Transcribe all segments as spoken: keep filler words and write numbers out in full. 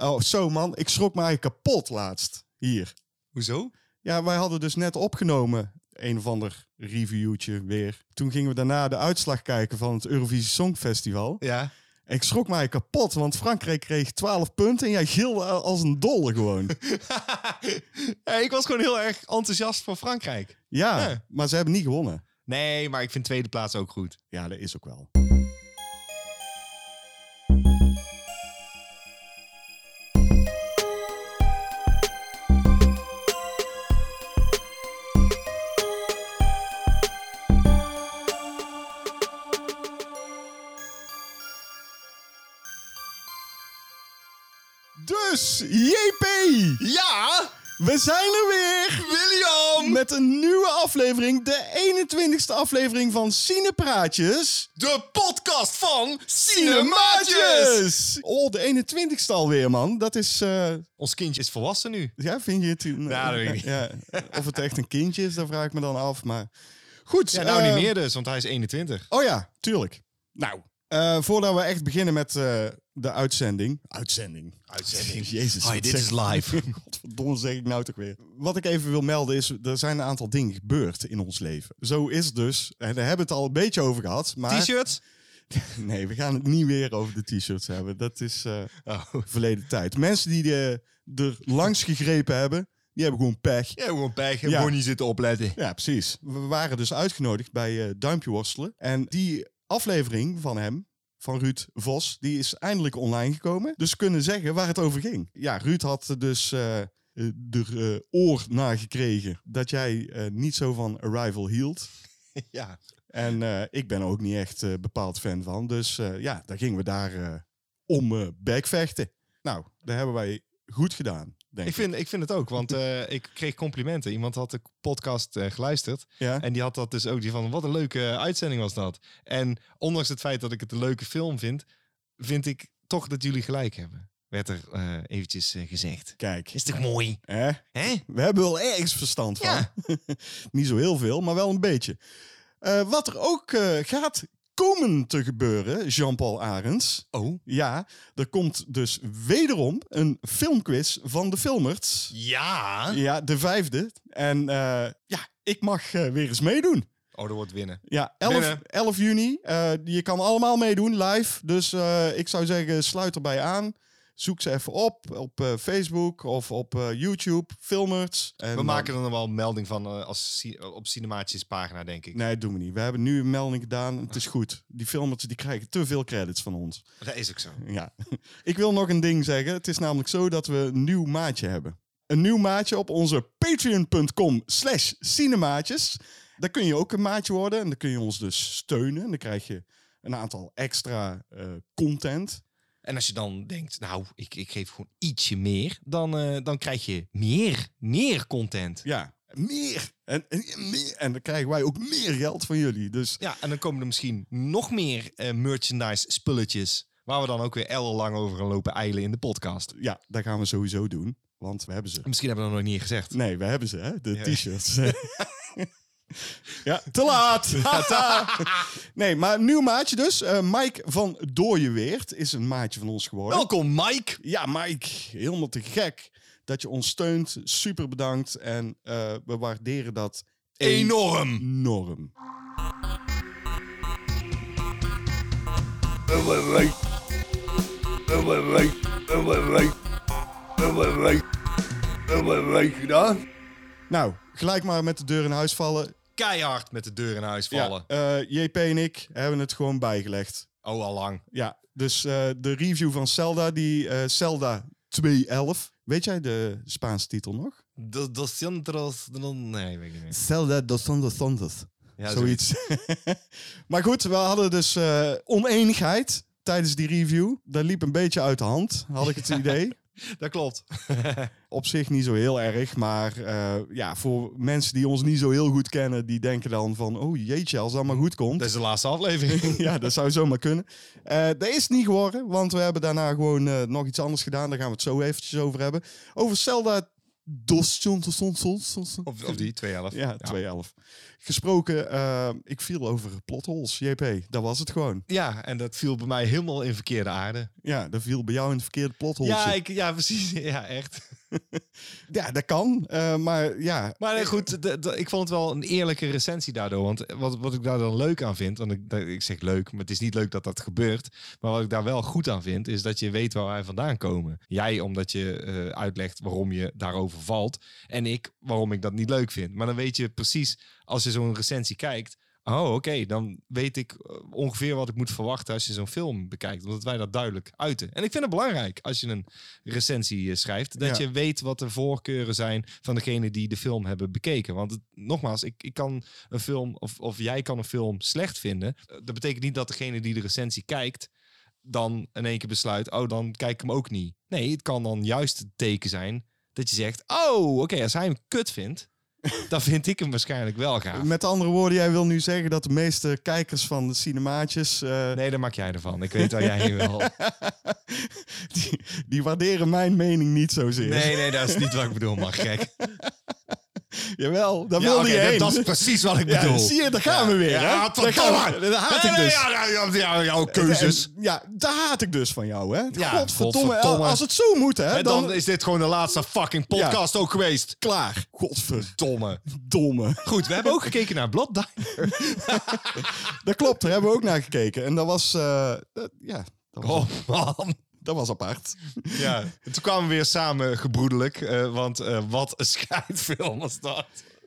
Oh, zo man. Ik schrok me eigenlijk kapot laatst. Hier. Hoezo? Ja, wij hadden dus net opgenomen... een of ander reviewtje weer. Toen gingen we daarna de uitslag kijken van het Eurovisie Songfestival. Ja. En ik schrok mij kapot, want Frankrijk kreeg twaalf punten... en jij gilde als een dolle gewoon. Ja, ik was gewoon heel erg enthousiast voor Frankrijk. Ja, Ja. maar ze hebben niet gewonnen. Nee, maar ik vind tweede plaats ook goed. Ja, dat is ook wel. Dus, J P! Ja, We zijn er weer! William! Met een nieuwe aflevering, de eenentwintigste aflevering van Cinepraatjes. De podcast van Cinemaatjes! Oh, de eenentwintigste alweer, man. Dat is... Uh... Ons kindje is volwassen nu. Ja, vind je het? Uh, Ja, dat weet ik niet. Ja, of het echt een kindje is, dat vraag ik me dan af. Maar goed. Ja, nou uh... niet meer dus, want hij is eenentwintig. Oh ja, tuurlijk. Nou, uh, voordat we echt beginnen met uh, de uitzending. Uitzending. Uitzending. Jezus. Hi, dit is live. Godverdomme zeg ik nou toch weer. Wat ik even wil melden is, er zijn een aantal dingen gebeurd in ons leven. Zo is het dus, en daar hebben we het al een beetje over gehad. Maar... T-shirts? Nee, we gaan het niet weer over de t-shirts hebben. Dat is uh, Oh. verleden tijd. Mensen die de, er langs gegrepen hebben, die hebben gewoon pech. Ja, gewoon pech en Ja. gewoon niet zitten opletten. Ja, precies. We waren dus uitgenodigd bij uh, Duimpje Worstelen. En die aflevering van hem, van Ruud Vos, die is eindelijk online gekomen. Dus we kunnen zeggen waar het over ging. Ja, Ruud had dus uh, er uh, oor naar gekregen dat jij uh, niet zo van Arrival hield. Ja. En uh, ik ben er ook niet echt uh, bepaald fan van. Dus uh, ja, daar gingen we daar uh, om uh, bekvechten. Nou, dat hebben wij goed gedaan, denk ik. Ik vind, ik vind het ook, want uh, ik kreeg complimenten. Iemand had de podcast uh, geluisterd. Ja? En die had dat dus ook, die van, wat een leuke uitzending was dat. En ondanks het feit dat ik het een leuke film vind, vind ik toch dat jullie gelijk hebben. Werd er uh, eventjes uh, gezegd. Kijk. Is toch mooi? Eh? Hè? We hebben wel ergens verstand van. Ja. Niet zo heel veel, maar wel een beetje. Uh, wat er ook uh, gaat komen te gebeuren, Jean-Paul Arends. Oh? Ja, er komt dus wederom een filmquiz van de Filmerts. Ja? Ja, de vijfde. En uh, ja, ik mag uh, weer eens meedoen. Oh, dat wordt winnen. Ja, elf juni. Uh, je kan allemaal meedoen, live. Dus uh, ik zou zeggen, sluit erbij aan. Zoek ze even op, op uh, Facebook of op uh, YouTube, Filmerts. En we dan... maken er nog wel een melding van uh, als ci- op Cinemaatjes pagina, denk ik. Nee, dat doen we niet. We hebben nu een melding gedaan. Het is goed. Die Filmerts die krijgen te veel credits van ons. Dat is ook zo. Ja. Ik wil nog een ding zeggen. Het is namelijk zo dat we een nieuw maatje hebben. Een nieuw maatje op onze patreon.com slash cinemaatjes. Daar kun je ook een maatje worden. En dan kun je ons dus steunen. En dan krijg je een aantal extra uh, content. En als je dan denkt, nou, ik, ik geef gewoon ietsje meer, dan, uh, dan krijg je meer, meer content. Ja, meer. En, en, meer. En dan krijgen wij ook meer geld van jullie. Dus... Ja, en dan komen er misschien nog meer uh, merchandise spulletjes, waar we dan ook weer ellenlang over gaan lopen eilen in de podcast. Ja, dat gaan we sowieso doen. Want we hebben ze. Misschien hebben we dat nog niet gezegd. Nee, we hebben ze, hè? De ja. t-shirts. Ja, te laat. Nee, maar een nieuw maatje dus. Uh, Mike van Dooyeweert is een maatje van ons geworden. Welkom, Mike. Ja, Mike. Helemaal te gek dat je ons steunt. Super bedankt. En uh, we waarderen dat enorm. enorm. Nou, gelijk maar met de deur in huis vallen. Keihard met de deur in huis vallen. Ja, uh, J P en ik hebben het gewoon bijgelegd. Oh, al lang. Ja, dus uh, de review van Zelda, die uh, Zelda twee elf. Weet jij de Spaanse titel nog? De, dos centros... Nee, weet ik niet meer. Zelda dos Santos Santos. Ja, zoiets. Maar goed, we hadden dus uh, oneenigheid tijdens die review. Dat liep een beetje uit de hand, had ik het idee. Dat klopt. Op zich niet zo heel erg, maar uh, ja, voor mensen die ons niet zo heel goed kennen, die denken dan van, oh jeetje, als dat maar goed komt. Dat is de laatste aflevering. Ja, dat zou zomaar kunnen. Uh, dat is niet geworden, want we hebben daarna gewoon uh, nog iets anders gedaan. Daar gaan we het zo eventjes over hebben. Over Zelda Dos Johnson. Of, of die, twee elf. Ja, twee elf. Gesproken, uh, ik viel over plotholes, J P. Dat was het gewoon. Ja, en dat viel bij mij helemaal in verkeerde aarde. Ja, dat viel bij jou in het verkeerde plothole. Ja, ik, ja, precies. Ja, echt. Ja, dat kan. Uh, maar ja. Maar nee, goed, de, de, ik vond het wel een eerlijke recensie daardoor. Want wat, wat ik daar dan leuk aan vind, want ik, ik zeg leuk, maar het is niet leuk dat dat gebeurt. Maar wat ik daar wel goed aan vind, is dat je weet waar wij vandaan komen. Jij, omdat je uh, uitlegt waarom je daarover valt. En ik, waarom ik dat niet leuk vind. Maar dan weet je precies, als je zo'n recensie kijkt, oh, oké, okay, dan weet ik ongeveer wat ik moet verwachten als je zo'n film bekijkt. Omdat wij dat duidelijk uiten. En ik vind het belangrijk als je een recensie schrijft, dat ja. je weet wat de voorkeuren zijn van degene die de film hebben bekeken. Want het, nogmaals, ik, ik kan een film, of, of jij kan een film slecht vinden. Dat betekent niet dat degene die de recensie kijkt dan in één keer besluit, oh, dan kijk ik hem ook niet. Nee, het kan dan juist het teken zijn dat je zegt, oh, oké, okay, als hij hem kut vindt, dan vind ik hem waarschijnlijk wel gaaf. Met andere woorden, jij wil nu zeggen dat de meeste kijkers van de cinemaatjes... Uh... Nee, daar maak jij ervan. Ik weet waar jij heen wil. die, die waarderen mijn mening niet zozeer. Nee, nee, dat is niet wat ik bedoel, maar gek. Jawel, daar ja, wil okay, je heen. Dat is precies wat ik bedoel. Ja, zie je, daar gaan ja. we weer. Ja, hè? Daar gaan we. Daar haat ik dus. Ja, ja, ja, ja, jouw keuzes. Ja, daar haat ik dus van jou, hè? Ja, godverdomme. godverdomme. Als het zo moet, hè? En dan, dan is dit gewoon de laatste fucking podcast ja. ook geweest. Klaar. Godverdomme. Domme. Goed, we hebben ook gekeken naar Blood Diner. Dat klopt, daar hebben we ook naar gekeken. En dat was... Uh, dat, ja, dat was... Oh, man. Dat was apart. Ja, en toen kwamen we weer samen gebroedelijk. Uh, want uh, wat een scheidfilm was dat.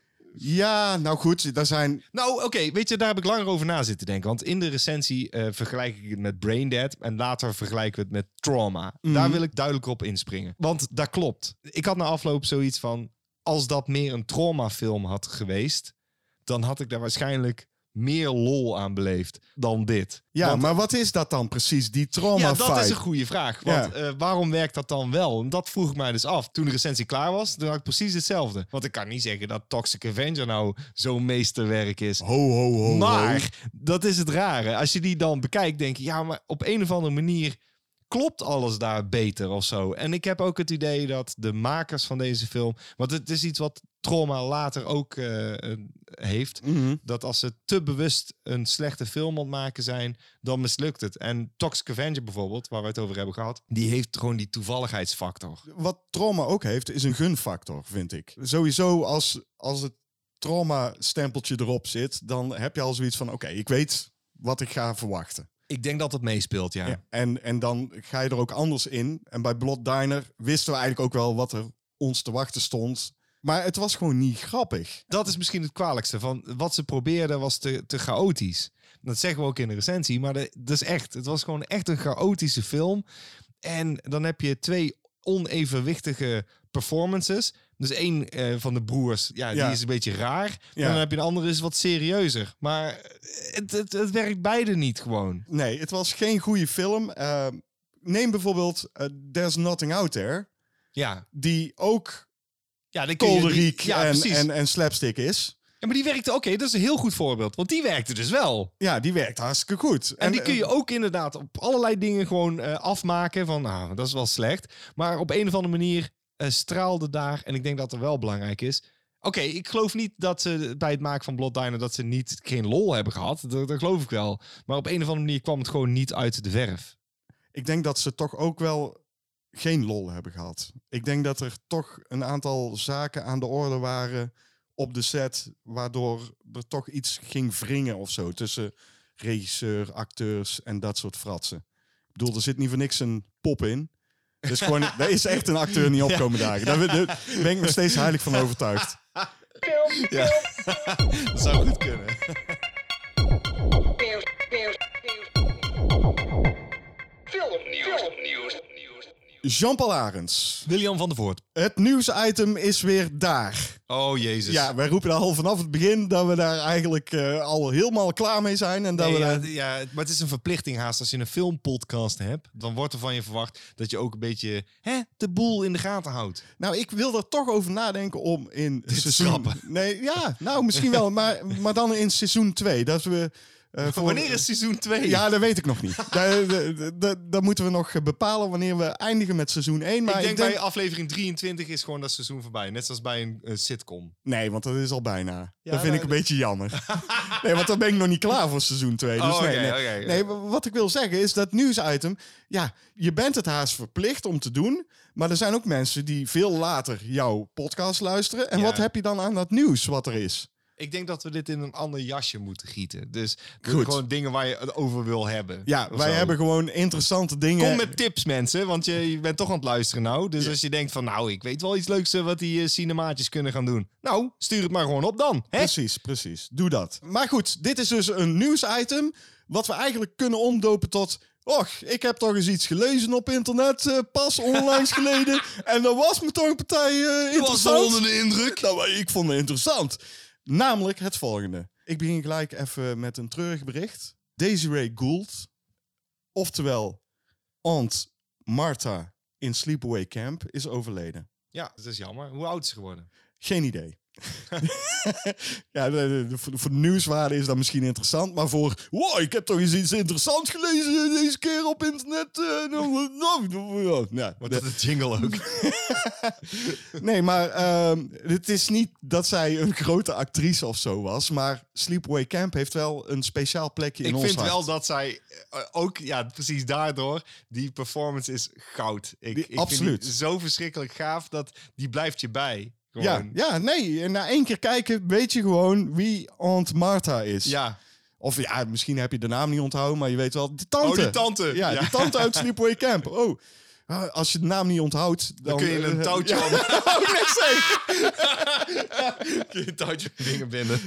Ja, nou goed, daar zijn... Nou, oké, okay, weet je, daar heb ik langer over na zitten denken. Want in de recensie uh, vergelijk ik het met Braindead en later vergelijken we het met Trauma. Mm. Daar wil ik duidelijk op inspringen. Want dat klopt. Ik had na afloop zoiets van, als dat meer een traumafilm had geweest, dan had ik daar waarschijnlijk meer lol aan beleefd dan dit. Ja, want, maar wat is dat dan precies, die trauma-fight? Ja, dat is een goede vraag. Want ja. uh, waarom werkt dat dan wel? En dat vroeg ik mij dus af. Toen de recensie klaar was, toen had ik precies hetzelfde. Want ik kan niet zeggen dat Toxic Avenger nou zo'n meesterwerk is. Ho, ho, ho. Maar, ho. dat is het rare. Als je die dan bekijkt, denk je, ja, maar op een of andere manier klopt alles daar beter of zo. En ik heb ook het idee dat de makers van deze film, want het is iets wat Trauma later ook uh, heeft, mm-hmm. dat als ze te bewust een slechte film ontmaken zijn, dan mislukt het. En Toxic Avenger bijvoorbeeld, waar we het over hebben gehad, die heeft gewoon die toevalligheidsfactor. Wat Trauma ook heeft, is een gunfactor, vind ik. Sowieso, als, als het trauma-stempeltje erop zit, dan heb je al zoiets van, oké, okay, ik weet wat ik ga verwachten. Ik denk dat het meespeelt, ja. ja. En, en dan ga je er ook anders in. En bij Blood Diner wisten we eigenlijk ook wel wat er ons te wachten stond. Maar het was gewoon niet grappig. Dat is misschien het kwalijkste. Van wat ze probeerden was te, te chaotisch. Dat zeggen we ook in de recensie. Maar de, dat is echt. Het was gewoon echt een chaotische film. En dan heb je twee onevenwichtige performances. Dus één uh, van de broers, ja, die ja. is een beetje raar. Ja. En dan heb je de andere is wat serieuzer. Maar het, het, het werkt beide niet gewoon. Nee, het was geen goede film. Uh, neem bijvoorbeeld uh, There's Nothing Out There. Ja. Die ook ja, kolderiek ja, en, en, en slapstick is. Ja, maar die werkte, oké, okay, dat is een heel goed voorbeeld. Want die werkte dus wel. Ja, die werkt hartstikke goed. En, en die kun je ook inderdaad op allerlei dingen gewoon uh, afmaken. Van, nou, dat is wel slecht. Maar op een of andere manier uh, straalde daar. En ik denk dat het wel belangrijk is. Oké, okay, ik geloof niet dat ze bij het maken van Blood Diner dat ze niet geen lol hebben gehad. Dat, dat geloof ik wel. Maar op een of andere manier kwam het gewoon niet uit de verf. Ik denk dat ze toch ook wel geen lol hebben gehad. Ik denk dat er toch een aantal zaken aan de orde waren op de set, waardoor er toch iets ging wringen of zo tussen regisseur, acteurs en dat soort fratsen. Ik bedoel, er zit niet voor niks een pop in. Dus gewoon, daar is echt een acteur niet opkomen ja. dagen. Daar, daar ben ik nog steeds heilig van overtuigd. Ja, dat zou goed kunnen. Jean-Paul Arends. William van der Voort. Het nieuwsitem is weer daar. Oh, jezus. Ja, wij roepen al vanaf het begin dat we daar eigenlijk uh, al helemaal klaar mee zijn. En dat nee, we ja, daar... ja, maar het is een verplichting haast. Als je een filmpodcast hebt, dan wordt er van je verwacht dat je ook een beetje hè, de boel in de gaten houdt. Nou, ik wil er toch over nadenken om in Dit seizoen... Nee, ja, nou misschien wel. maar, maar dan in seizoen twee. Dat we Uh, voor... Wanneer is seizoen twee? Ja, dat weet ik nog niet. daar, daar, daar, daar moeten we nog bepalen wanneer we eindigen met seizoen één. Maar ik denk ik denk bij aflevering drieëntwintig is gewoon dat seizoen voorbij. Net zoals bij een uh, sitcom. Nee, want dat is al bijna. Ja, dat vind nee, ik een beetje jammer. Nee, want dan ben ik nog niet klaar voor seizoen twee. Dus oh, nee, okay, nee. Okay, nee, wat ik wil zeggen is dat nieuwsitem... Ja, je bent het haast verplicht om te doen... Maar er zijn ook mensen die veel later jouw podcast luisteren. En ja. wat heb je dan aan dat nieuws wat er is? Ik denk dat we dit in een ander jasje moeten gieten. Dus Goed. gewoon dingen waar je het over wil hebben. Ja, wij zo. hebben gewoon interessante dingen. Kom met tips, mensen. Want je, je bent toch aan het luisteren nou. Dus ja. als je denkt van, nou, ik weet wel iets leuks wat die uh, cinemaatjes kunnen gaan doen. Nou, stuur het maar gewoon op dan. Hè? Precies, precies. Doe dat. Maar goed, dit is dus een nieuwsitem... wat we eigenlijk kunnen omdopen tot... Och, ik heb toch eens iets gelezen op internet, uh, pas onlangs geleden. En dat was me toch een partij uh, interessant. Was onder de indruk? Nou, ik vond het interessant. Namelijk het volgende. Ik begin gelijk even met een treurig bericht. Desiree Gould, oftewel Aunt Martha in Sleepaway Camp, is overleden. Ja, dat is jammer. Hoe oud is ze geworden? Geen idee. ja, de, de, voor de nieuwswaarde is dat misschien interessant, maar voor... Wow, ik heb toch eens iets interessants gelezen deze keer op internet. Uh, nou, nou, nou, Wat is de jingle ook? nee, maar uh, het is niet dat zij een grote actrice of zo was, maar Sleepaway Camp heeft wel een speciaal plekje in ik ons hart. Ik vind wel dat zij uh, ook, ja, precies daardoor, die performance is goud. Ik, die, ik absoluut. Vind die zo verschrikkelijk gaaf, dat die blijft je bij. Ja, ja, nee. Na één keer kijken weet je gewoon wie Aunt Martha is. Ja. Of ja, misschien heb je de naam niet onthouden, maar je weet wel, die tante. Oh, die tante. Ja, ja. die tante uit Sleepaway Camp. Oh, als je de naam niet onthoudt... Dan, dan kun je een touwtje uh, om. Ja. Oh, nee, zeg. kun je een touwtje om dingen binden.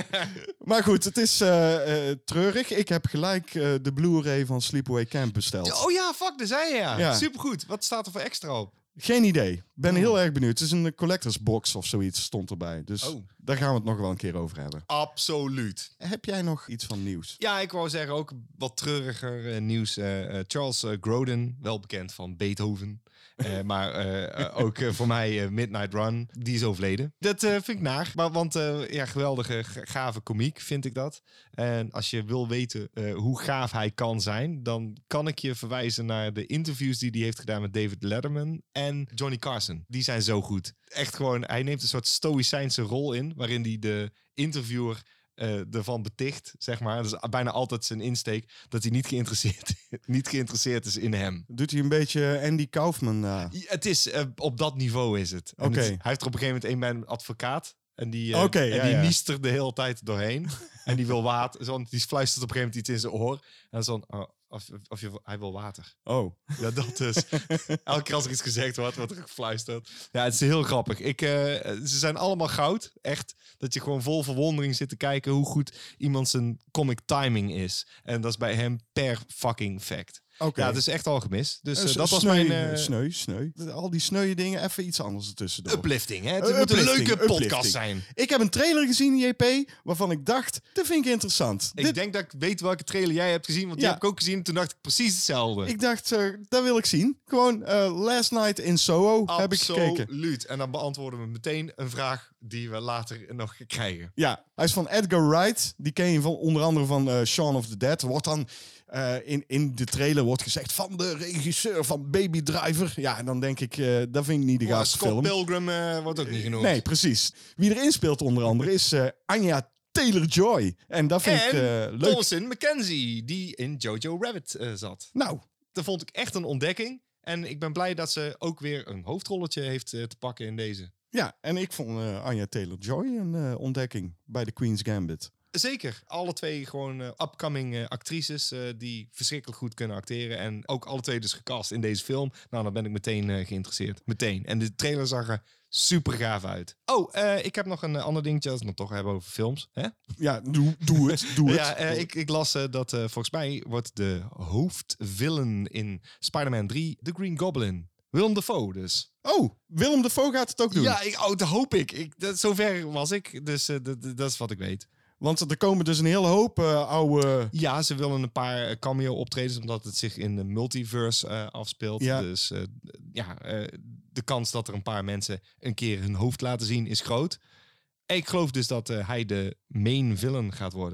Maar goed, het is uh, uh, treurig. Ik heb gelijk uh, de Blu-ray van Sleepaway Camp besteld. Oh ja, fuck, daar zei je ja. ja. Supergoed. Wat staat er voor extra op? Geen idee. Ben oh. heel erg benieuwd. Het is een collectors box of zoiets stond erbij. Dus oh. daar gaan we het nog wel een keer over hebben. Absoluut. Heb jij nog iets van nieuws? Ja, ik wou zeggen ook wat treuriger uh, nieuws. Uh, uh, Charles uh, Grodin, wel bekend van Beethoven. Uh, maar uh, uh, ook uh, voor mij uh, Midnight Run, die is overleden. Dat uh, vind ik naar. Maar, want uh, ja, geweldige, gave komiek vind ik dat. En als je wil weten uh, hoe gaaf hij kan zijn, dan kan ik je verwijzen naar de interviews die hij heeft gedaan met David Letterman en Johnny Carson. Die zijn zo goed. Echt gewoon, hij neemt een soort stoïcijnse rol in, waarin hij de interviewer Uh, ervan beticht, zeg maar. Dat is bijna altijd zijn insteek, dat hij niet geïnteresseerd, niet geïnteresseerd is in hem. Doet hij een beetje Andy Kaufman na? Uh? Het is, uh, op dat niveau is het. Okay. het. Hij heeft er op een gegeven moment een bij een advocaat. En die, uh, okay, en ja, die ja. niest er de hele tijd doorheen. En die wil water. Zo, die fluistert op een gegeven moment iets in zijn oor. En zo, uh, of, of je, hij wil water. Oh. Ja, dat dus. Elke keer als er iets gezegd wordt, wordt er gefluisterd. Ja, het is heel grappig. Ik, uh, ze zijn allemaal goud. Echt. Dat je gewoon vol verwondering zit te kijken hoe goed iemand zijn comic timing is. En dat is bij hem per fucking fact. Okay. Ja, het is echt al gemist. Dus uh, uh, dat was sneu, mijn... Uh, sneu, sneu. Al die sneuwe dingen, even iets anders ertussendoor. Uplifting, hè? Het uh, moet een leuke podcast uplifting. zijn. Ik heb een trailer gezien, J P, waarvan ik dacht, dat vind ik interessant. Ik Dit... denk dat ik weet welke trailer jij hebt gezien, want die ja. heb ik ook gezien. Toen dacht ik precies hetzelfde. Ik dacht, uh, dat wil ik zien. Gewoon uh, Last Night in Soho Absoluut. heb ik gekeken. Absoluut. En dan beantwoorden we meteen een vraag die we later nog krijgen. Ja, hij is van Edgar Wright. Die ken je van, onder andere van uh, Shaun of the Dead. Wordt dan uh, in, in de trailer wordt gezegd van de regisseur van Baby Driver. Ja, en dan denk ik, uh, dat vind ik niet de oh, gaafste film. Scott Pilgrim uh, wordt ook niet genoemd. Nee, precies. Wie erin speelt onder andere is uh, Anya Taylor-Joy. En dat vind en ik uh, leuk. Thomasin McKenzie, die in Jojo Rabbit uh, zat. Nou. Dat vond ik echt een ontdekking. En ik ben blij dat ze ook weer een hoofdrolletje heeft uh, te pakken in deze. Ja, en ik vond uh, Anya Taylor-Joy een uh, ontdekking bij The Queen's Gambit. Zeker. Alle twee gewoon uh, upcoming uh, actrices uh, die verschrikkelijk goed kunnen acteren. En ook alle twee dus gecast in deze film. Nou, dan ben ik meteen uh, geïnteresseerd. Meteen. En de trailer zag er super gaaf uit. Oh, uh, ik heb nog een uh, ander dingetje als we het nog toch hebben over films. Hè? Ja, doe, doe het. Doe ja, het. Uh, ik, ik las uh, dat uh, volgens mij wordt de hoofdvillain in Spider-Man drie de Green Goblin. Willem Dafoe dus. Oh, Willem Dafoe gaat het ook doen? Ja, ik, oh, dat hoop ik. ik dat, zover was ik. Dus uh, dat is wat ik weet. Want er komen dus een hele hoop uh, oude... Ja, ze willen een paar cameo-optredens, omdat het zich in de multiverse uh, afspeelt. Ja. Dus uh, ja, uh, de kans dat er een paar mensen een keer hun hoofd laten zien is groot. En ik geloof dus dat uh, hij de main villain gaat worden. Oh,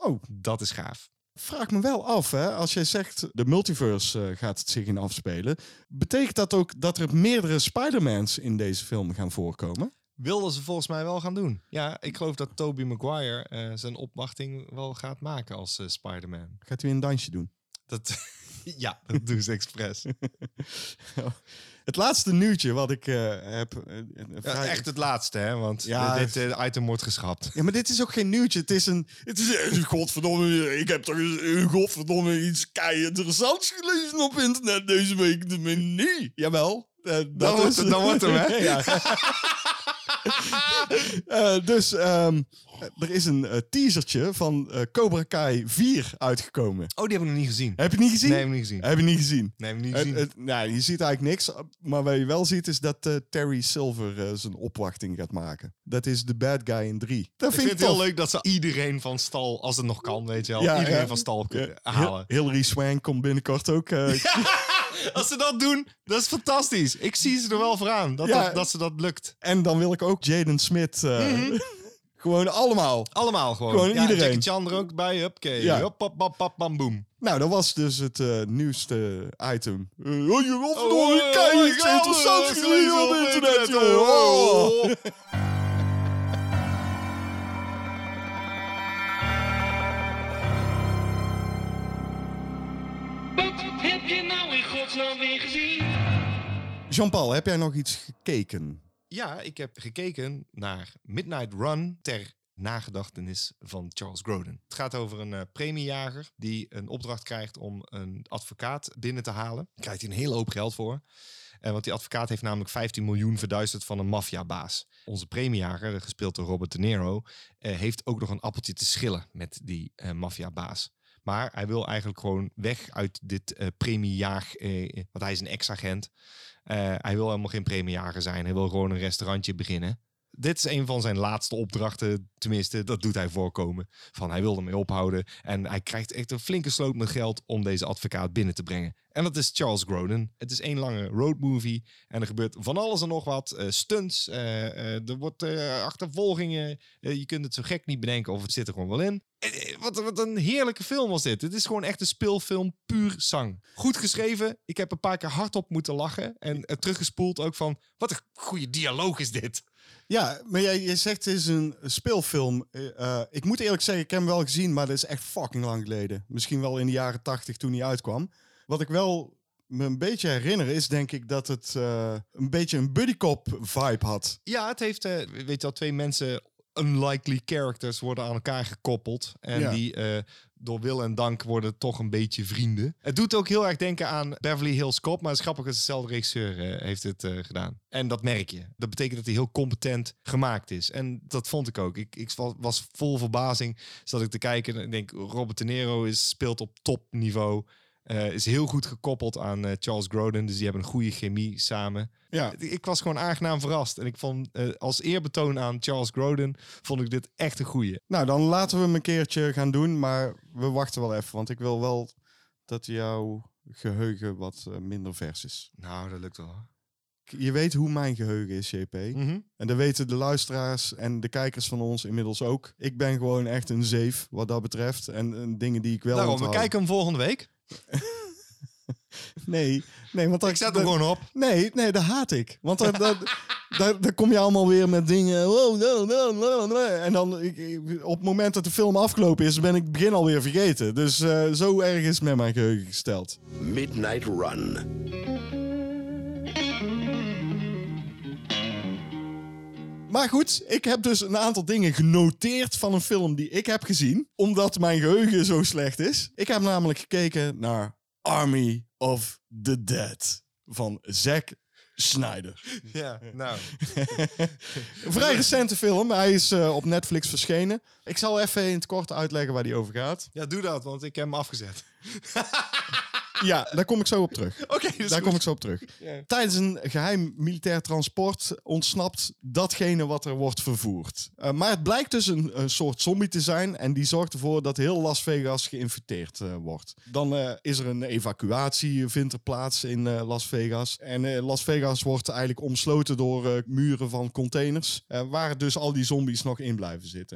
Oh. Dat is gaaf. Vraag me wel af, hè, als jij zegt de multiverse uh, gaat het zich in afspelen. Betekent dat ook dat er meerdere Spider-Mans in deze film gaan voorkomen? Wilden ze volgens mij wel gaan doen. Ja, ik geloof dat Tobey Maguire uh, zijn opwachting wel gaat maken als uh, Spider-Man. Gaat u een dansje doen? Dat, ja, dat doen ze expres. Het laatste nieuwtje wat ik uh, heb... Uh, vrij... ja, echt het laatste, hè? Want ja, dit uh, item wordt geschrapt. Ja, maar dit is ook geen nieuwtje. Het is een... Het is, uh, godverdomme, ik heb toch eens uh, godverdomme iets kei interessants gelezen op internet deze week. Nee, jawel. Uh, dat dan, is, wordt het, dan wordt hem, hè? Ja. uh, dus um, er is een uh, teasertje van uh, Cobra Kai vier uitgekomen. Oh, die heb ik nog niet gezien. Heb je het niet gezien? Nee, heb ik niet gezien. Heb je niet gezien? Nee, heb ik niet gezien. Uh, uh, nou, je ziet eigenlijk niks. Maar wat je wel ziet is dat uh, Terry Silver uh, zijn opwachting gaat maken. Dat is de bad guy in drie. Dat ik vind vind het heel leuk dat ze iedereen van stal, als het nog kan, weet je wel, ja, iedereen ja. van stal kunnen ja, halen. Hilary Swank komt binnenkort ook. Uh, Als ze dat doen, dat is fantastisch. Ik zie ze er wel voor aan, dat, ja. dat, dat ze dat lukt. En dan wil ik ook Jaden Smith. Uh, mm-hmm. Gewoon allemaal. Allemaal gewoon. Gewoon ja, iedereen. Jackie Chan er ook bij. Hupkee. Ja. Hup, hop, hop, hop, bam, boom. Nou, dat was dus het uh, nieuwste item. Uh, oh, je oh, oh, kijk, iets interessants gelezen op internet. Oh. Oh. Wat heb je nou in godsnaam weer gezien? Jean-Paul, heb jij nog iets gekeken? Ja, ik heb gekeken naar Midnight Run ter nagedachtenis van Charles Grodin. Het gaat over een uh, premiejager die een opdracht krijgt om een advocaat binnen te halen. Daar krijgt hij een hele hoop geld voor. Uh, want die advocaat heeft namelijk vijftien miljoen verduisterd van een maffiabaas. Onze premiejager, gespeeld door Robert De Niro, uh, heeft ook nog een appeltje te schillen met die uh, maffiabaas. Maar hij wil eigenlijk gewoon weg uit dit uh, premiejaag, uh, want hij is een ex-agent. Uh, hij wil helemaal geen premiejager zijn. Hij wil gewoon een restaurantje beginnen. Dit is een van zijn laatste opdrachten. Tenminste, dat doet hij voorkomen. Van hij wil ermee ophouden. En hij krijgt echt een flinke sloot met geld om deze advocaat binnen te brengen. En dat is Charles Grodin. Het is één lange roadmovie. En er gebeurt van alles en nog wat. Uh, stunts. Uh, uh, er wordt uh, achtervolgingen. Uh, je kunt het zo gek niet bedenken of het zit er gewoon wel in. Uh, wat, wat een heerlijke film was dit. Het is gewoon echt een speelfilm puur zang. Goed geschreven. Ik heb een paar keer hardop moeten lachen. En uh, teruggespoeld ook van... Wat een goede dialoog is dit. Ja, maar jij, jij zegt het is een speelfilm. Uh, ik moet eerlijk zeggen, ik heb hem wel gezien, maar dat is echt fucking lang geleden. Misschien wel in de jaren tachtig toen hij uitkwam. Wat ik wel me een beetje herinner is, denk ik, dat het uh, een beetje een buddycop vibe had. Ja, het heeft, uh, weet je wel, twee mensen, unlikely characters, worden aan elkaar gekoppeld. En ja. die uh, door wil en dank worden toch een beetje vrienden. Het doet ook heel erg denken aan Beverly Hills Cop, maar het is grappig dat dezelfde regisseur uh, heeft het uh, gedaan. En dat merk je. Dat betekent dat hij heel competent gemaakt is. En dat vond ik ook. Ik, ik was vol verbazing, zat ik te kijken en ik denk, Robert De Niro is, speelt op topniveau. Uh, is heel goed gekoppeld aan uh, Charles Grodin. Dus die hebben een goede chemie samen. Ja. Ik was gewoon aangenaam verrast. En ik vond uh, als eerbetoon aan Charles Grodin... vond ik dit echt een goeie. Nou, dan laten we hem een keertje gaan doen. Maar we wachten wel even. Want ik wil wel dat jouw geheugen wat uh, minder vers is. Nou, dat lukt wel. Je weet hoe mijn geheugen is, J P. Mm-hmm. En dat weten de luisteraars en de kijkers van ons inmiddels ook. Ik ben gewoon echt een zeef wat dat betreft. En, en dingen die ik wel Daarom, onthoud. we kijken hem volgende week. nee, nee, want ik zet hem gewoon op. Nee, nee, dat haat ik. Want daar, daar, daar, daar kom je allemaal weer met dingen. Oh, no, no, no, no. En dan ik, ik, op het moment dat de film afgelopen is, ben ik het begin alweer vergeten. Dus uh, zo erg is het met mijn geheugen gesteld. Midnight Run. Maar goed, ik heb dus een aantal dingen genoteerd van een film die ik heb gezien. Omdat mijn geheugen zo slecht is. Ik heb namelijk gekeken naar Army of the Dead van Zack Snyder. Ja, nou. Een vrij recente film. Hij is uh, op Netflix verschenen. Ik zal even in het kort uitleggen waar die over gaat. Ja, doe dat, want ik heb hem afgezet. Ja, daar kom ik zo op terug. Oké, okay, daar goed. kom ik zo op terug. Yeah. Tijdens een geheim militair transport ontsnapt datgene wat er wordt vervoerd. Uh, maar het blijkt dus een, een soort zombie te zijn en die zorgt ervoor dat heel Las Vegas geïnfecteerd uh, wordt. Dan uh, is er een evacuatie, vindt er plaats in uh, Las Vegas. En uh, Las Vegas wordt eigenlijk omsloten door uh, muren van containers, uh, waar dus al die zombies nog in blijven zitten.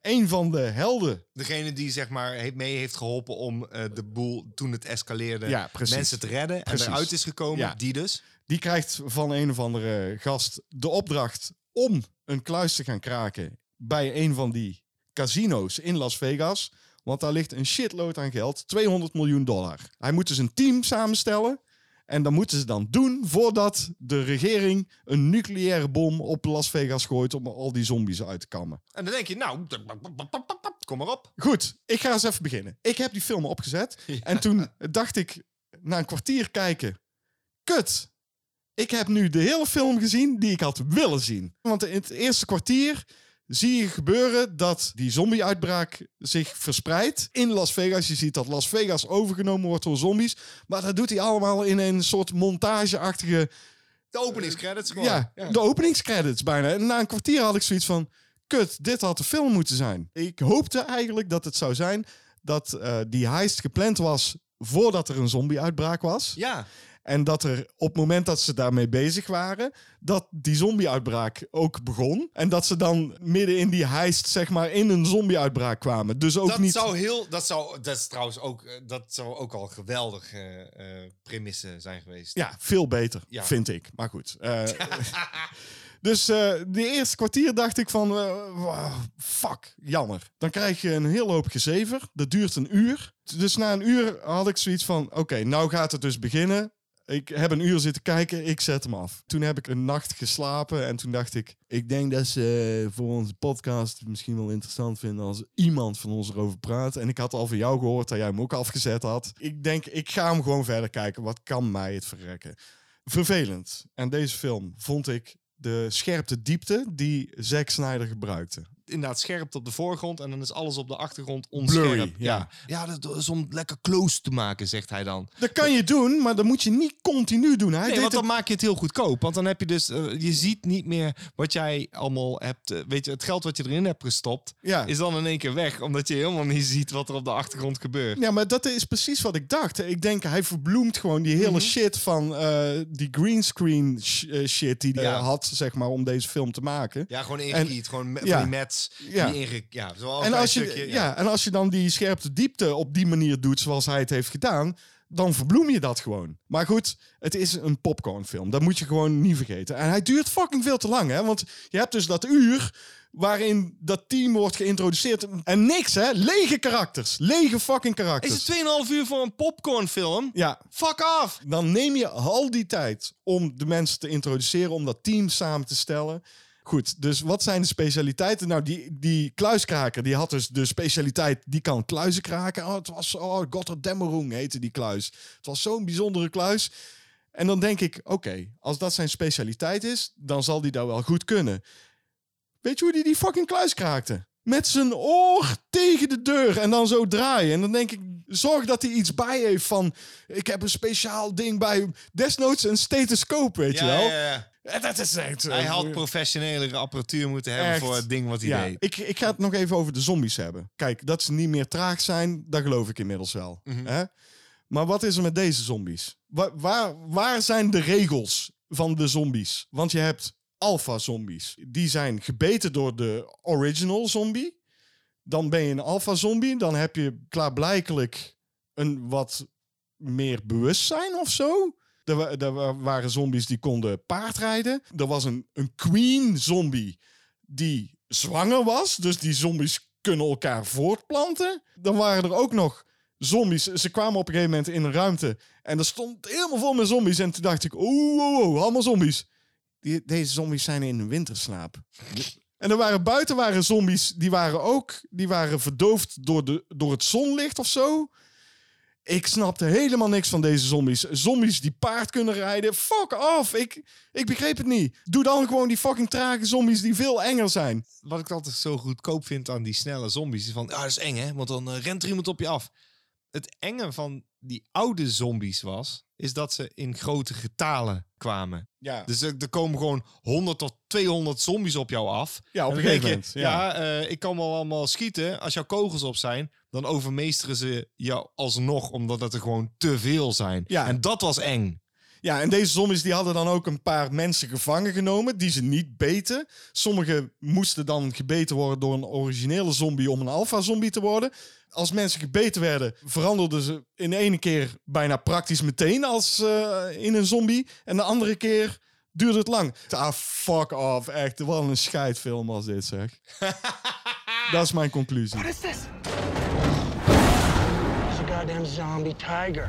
een van de helden. Degene die zeg maar heeft mee heeft geholpen om uh, de boel toen het escaleerde Ja, precies. mensen te redden Precies. en eruit is gekomen. Ja. Die dus. Die krijgt van een of andere gast de opdracht om een kluis te gaan kraken bij een van die casino's in Las Vegas. Want daar ligt een shitload aan geld, tweehonderd miljoen dollar. Hij moet dus een team samenstellen. En dat moeten ze dan doen voordat de regering een nucleaire bom op Las Vegas gooit om al die zombies uit te kammen. En dan denk je, nou, kom maar op. Goed, ik ga eens even beginnen. Ik heb die film opgezet. Ja. En toen dacht ik, na een kwartier kijken, kut. Ik heb nu de hele film gezien die ik had willen zien. Want in het eerste kwartier zie je gebeuren dat die zombie-uitbraak zich verspreidt in Las Vegas. Je ziet dat Las Vegas overgenomen wordt door zombies. Maar dat doet hij allemaal in een soort montageachtige... De openingscredits gewoon. Ja, ja, de openingscredits bijna. En na een kwartier had ik zoiets van... Kut, dit had de film moeten zijn. Ik hoopte eigenlijk dat het zou zijn dat uh, die heist gepland was voordat er een zombie-uitbraak was. Ja. En dat er op het moment dat ze daarmee bezig waren, dat die zombie-uitbraak ook begon. En dat ze dan midden in die heist, zeg maar, in een zombie-uitbraak kwamen. Dus ook dat niet... zou heel, dat zou, dat is trouwens ook, dat zou ook al geweldige uh, premisse zijn geweest. Ja, veel beter, ja. vind ik. Maar goed. Uh, dus uh, de eerste kwartier dacht ik van, uh, fuck, jammer. Dan krijg je een hele hoop gezever. Dat duurt een uur. Dus na een uur had ik zoiets van, oké, okay, nou gaat het dus beginnen. Ik heb een uur zitten kijken, ik zet hem af. Toen heb ik een nacht geslapen en toen dacht ik... Ik denk dat ze uh, voor onze podcast misschien wel interessant vinden als iemand van ons erover praat. En ik had al van jou gehoord dat jij hem ook afgezet had. Ik denk, ik ga hem gewoon verder kijken. Wat kan mij het verrekken? Vervelend. En deze film vond ik de scherpte diepte die Zack Snyder gebruikte. Inderdaad scherp op de voorgrond en dan is alles op de achtergrond onscherp. Blurry, ja. Ja, dat is om lekker close te maken, zegt hij dan. Dat kan je doen, maar dat moet je niet continu doen. Hij nee, want dan het... maak je het heel goedkoop. Want dan heb je dus, uh, je ziet niet meer wat jij allemaal hebt. Uh, weet je, het geld wat je erin hebt gestopt, ja. is dan in één keer weg. Omdat je helemaal niet ziet wat er op de achtergrond gebeurt. Ja, maar dat is precies wat ik dacht. Ik denk, hij verbloemt gewoon die hele mm-hmm. shit van uh, die greenscreen sh- uh, shit die hij ja. had, zeg maar, om deze film te maken. Ja, gewoon ingekiet. Gewoon me- ja. van die mats. Ja. Die inge- ja, zoals en, als je, stukje, ja. ja, en als je dan die scherpte diepte op die manier doet zoals hij het heeft gedaan, dan verbloem je dat gewoon. Maar goed, het is een popcornfilm. Dat moet je gewoon niet vergeten. En hij duurt fucking veel te lang, hè? Want je hebt dus dat uur waarin dat team wordt geïntroduceerd. En niks, hè? Lege karakters. Lege fucking karakters. Is het twee en een half uur voor een popcornfilm? Ja. Fuck off! Dan neem je al die tijd om de mensen te introduceren, om dat team samen te stellen. Goed, dus wat zijn de specialiteiten? Nou, die, die kluiskraker, die had dus de specialiteit, die kan kluizen kraken. Oh, het was, oh, Gotterdammerung heette die kluis. Het was zo'n bijzondere kluis. En dan denk ik, oké, okay, als dat zijn specialiteit is, dan zal die dat wel goed kunnen. Weet je hoe die die fucking kluis kraakte? Met zijn oor tegen de deur en dan zo draaien. En dan denk ik, zorg dat hij iets bij heeft van, ik heb een speciaal ding bij, desnoods een stethoscoop, weet ja, je wel. Ja, ja. Dat is echt, hij had professionele apparatuur moeten hebben echt, voor het ding wat hij ja, deed. Ik, ik ga het nog even over de zombies hebben. Kijk, dat ze niet meer traag zijn, dat geloof ik inmiddels wel. Mm-hmm. Hè? Maar wat is er met deze zombies? Waar, waar, waar zijn de regels van de zombies? Want je hebt alpha-zombies. Die zijn gebeten door de original zombie. Dan ben je een alpha-zombie. Dan heb je klaarblijkelijk een wat meer bewustzijn of zo. Er, er waren zombies die konden paardrijden. Er was een, een queen zombie die zwanger was. Dus die zombies kunnen elkaar voortplanten. Dan waren er ook nog zombies. Ze kwamen op een gegeven moment in een ruimte. En er stond helemaal vol met zombies. En toen dacht ik, oh, oh, oh allemaal zombies. Die, deze zombies zijn in een winterslaap. En er waren buiten waren zombies. Die waren ook die waren verdoofd door, de, door het zonlicht of zo. Ik snapte helemaal niks van deze zombies. Zombies die paard kunnen rijden. Fuck off. Ik, ik begreep het niet. Doe dan gewoon die fucking trage zombies die veel enger zijn. Wat ik altijd zo goedkoop vind aan die snelle zombies is van, ah, dat is eng, hè? Want dan uh, rent er iemand op je af. Het enge van die oude zombies was, is dat ze in grote getalen kwamen. Ja. Dus er, er komen gewoon honderd tot tweehonderd zombies op jou af. Ja, op een gegeven moment. Ja, ja uh, ik kan wel allemaal schieten. Als jouw kogels op zijn, dan overmeesteren ze jou alsnog, omdat het er gewoon te veel zijn. Ja. En dat was eng. Ja, en deze zombies die hadden dan ook een paar mensen gevangen genomen die ze niet beten. Sommigen moesten dan gebeten worden door een originele zombie om een alpha-zombie te worden. Als mensen gebeten werden, veranderden ze in de ene keer bijna praktisch meteen als uh, in een zombie. En de andere keer duurde het lang. Ah, fuck off. Echt, wat een scheidfilm als dit, zeg. Dat is mijn conclusie. What is this? It's a goddamn zombie tiger.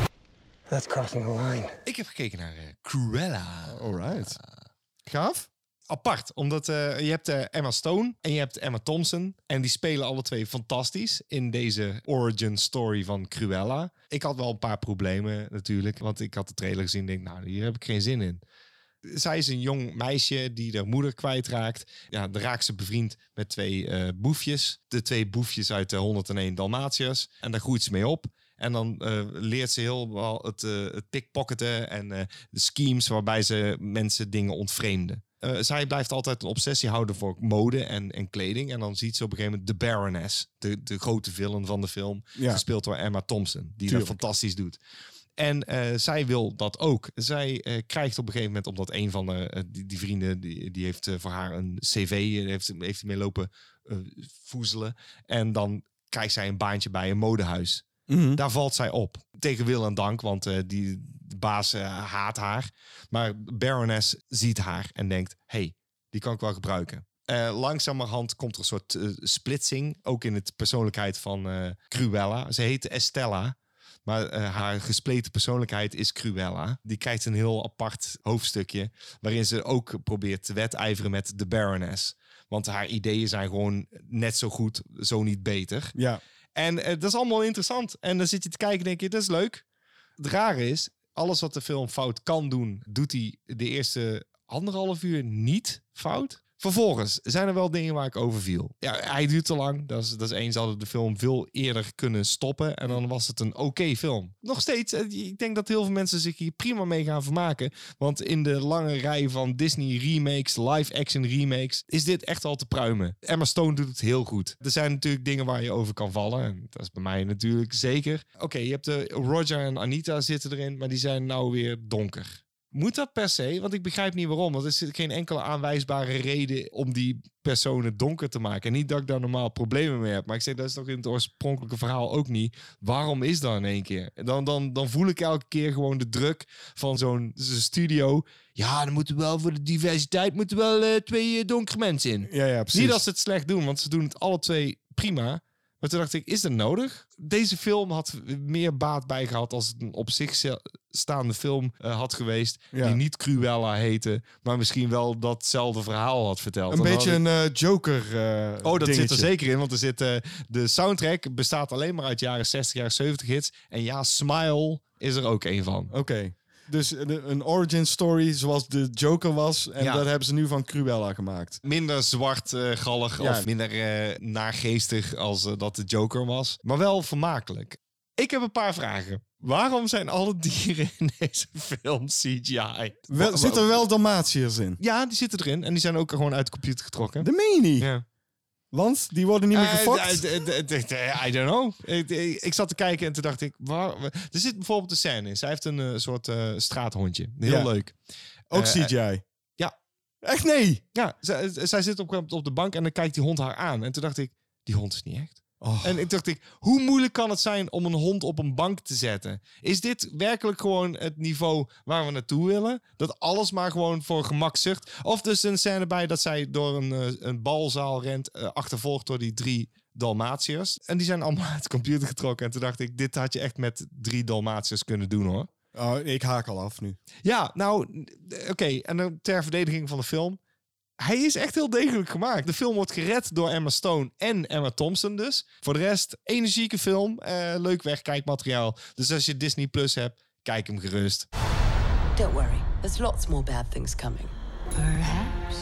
That's crossing the line. Ik heb gekeken naar uh, Cruella. Alright. Gaaf? Apart, omdat uh, je hebt uh, Emma Stone en je hebt Emma Thompson. En die spelen alle twee fantastisch in deze origin story van Cruella. Ik had wel een paar problemen natuurlijk, want ik had de trailer gezien en denk, nou, hier heb ik geen zin in. Zij is een jong meisje die haar moeder kwijtraakt. Ja, dan raakt ze bevriend met twee uh, boefjes. De twee boefjes uit de honderdéén Dalmatiërs. En daar groeit ze mee op. En dan uh, leert ze heel het, uh, het pickpocketen en uh, de schemes waarbij ze mensen dingen ontvreemden. Uh, zij blijft altijd een obsessie houden voor mode en, en kleding. En dan ziet ze op een gegeven moment de Baroness, de, de grote villain van de film. Ja. Gespeeld door Emma Thompson, die Tuurlijk. dat fantastisch doet. En uh, zij wil dat ook. Zij uh, krijgt op een gegeven moment, omdat een van de, uh, die, die vrienden, die, die heeft uh, voor haar een cv, uh, heeft, heeft mee lopen uh, voezelen. En dan krijgt zij een baantje bij een modehuis. Mm-hmm. Daar valt zij op. Tegen wil en dank, want uh, die de baas uh, haat haar. Maar Baroness ziet haar en denkt, hey, die kan ik wel gebruiken. Uh, langzamerhand komt er een soort uh, splitsing, ook in het persoonlijkheid van uh, Cruella. Ze heet Estella. Maar uh, haar gespleten persoonlijkheid is Cruella. Die krijgt een heel apart hoofdstukje, waarin ze ook probeert te wedijveren met de Baroness. Want haar ideeën zijn gewoon net zo goed, zo niet beter. Ja. En uh, dat is allemaal interessant. En dan zit je te kijken en denk je, dat is leuk. Het rare is, alles wat de film fout kan doen, doet hij de eerste anderhalf uur niet fout. Vervolgens zijn er wel dingen waar ik over viel. Ja, hij duurt te lang. Dat is, dat is één. Ze hadden de film veel eerder kunnen stoppen. En dan was het een oké okay film. Nog steeds, ik denk dat heel veel mensen zich hier prima mee gaan vermaken. Want in de lange rij van Disney remakes, live-action remakes, is dit echt al te pruimen. Emma Stone doet het heel goed. Er zijn natuurlijk dingen waar je over kan vallen. En dat is bij mij natuurlijk zeker. Oké, okay, je hebt de Roger en Anita zitten erin, maar die zijn nou weer donker. Moet dat per se? Want ik begrijp niet waarom. Want er zit geen enkele aanwijsbare reden om die personen donker te maken. En niet dat ik daar normaal problemen mee heb. Maar ik zeg, dat is toch in het oorspronkelijke verhaal ook niet. Waarom is dat in één keer? Dan, dan, dan voel ik elke keer gewoon de druk van zo'n studio. Ja, dan moeten wel voor de diversiteit moeten wel uh, twee uh, donkere mensen in. Ja, ja, precies. Niet dat ze het slecht doen, want ze doen het alle twee prima. Maar toen dacht ik, is dat nodig? Deze film had meer baat bij gehad als het een op zich staande film uh, had geweest. Ja. Die niet Cruella heette, maar misschien wel datzelfde verhaal had verteld. Een Dan beetje ik... een uh, Joker uh, Oh, dat dingetje. zit er zeker in, want er zit, uh, de soundtrack bestaat alleen maar uit jaren zestig, jaren zeventig hits. En ja, Smile is er ook een van. Oké. Okay. Dus een origin story zoals de Joker was. En ja. dat hebben ze nu van Cruella gemaakt. Minder zwartgallig uh, ja. of minder uh, naargeestig als uh, dat de Joker was. Maar wel vermakelijk. Ik heb een paar vragen. Waarom zijn alle dieren in deze film C G I? Wel, zitten er wel Dalmatiërs in? Ja, die zitten erin. En die zijn ook gewoon uit de computer getrokken. De meen je niet? Ja. Want die worden niet meer gefokt? Uh, uh, uh, uh, I don't know. Ik, ik zat te kijken en toen dacht ik... Waar, er zit bijvoorbeeld een scène in. Zij heeft een uh, soort uh, straathondje. Heel ja. leuk. Ook uh, C G I? Uh, ja. Echt nee? Ja, zij, zij zit op, op de bank en dan kijkt die hond haar aan. En toen dacht ik, die hond is niet echt. Oh. En ik dacht ik, hoe moeilijk kan het zijn om een hond op een bank te zetten? Is dit werkelijk gewoon het niveau waar we naartoe willen? Dat alles maar gewoon voor gemak zucht? Of dus een scène bij dat zij door een, een balzaal rent, uh, achtervolgd door die drie Dalmatiërs. En die zijn allemaal uit de computer getrokken. En toen dacht ik, dit had je echt met drie Dalmatiërs kunnen doen, hoor. Oh, ik haak al af nu. Ja, nou, oké. Okay. En dan ter verdediging van de film. Hij is echt heel degelijk gemaakt. De film wordt gered door Emma Stone en Emma Thompson dus. Voor de rest, energieke film. Uh, leuk wegkijkmateriaal. Dus als je Disney Plus hebt, kijk hem gerust. Don't worry, there's lots more bad things coming. Perhaps.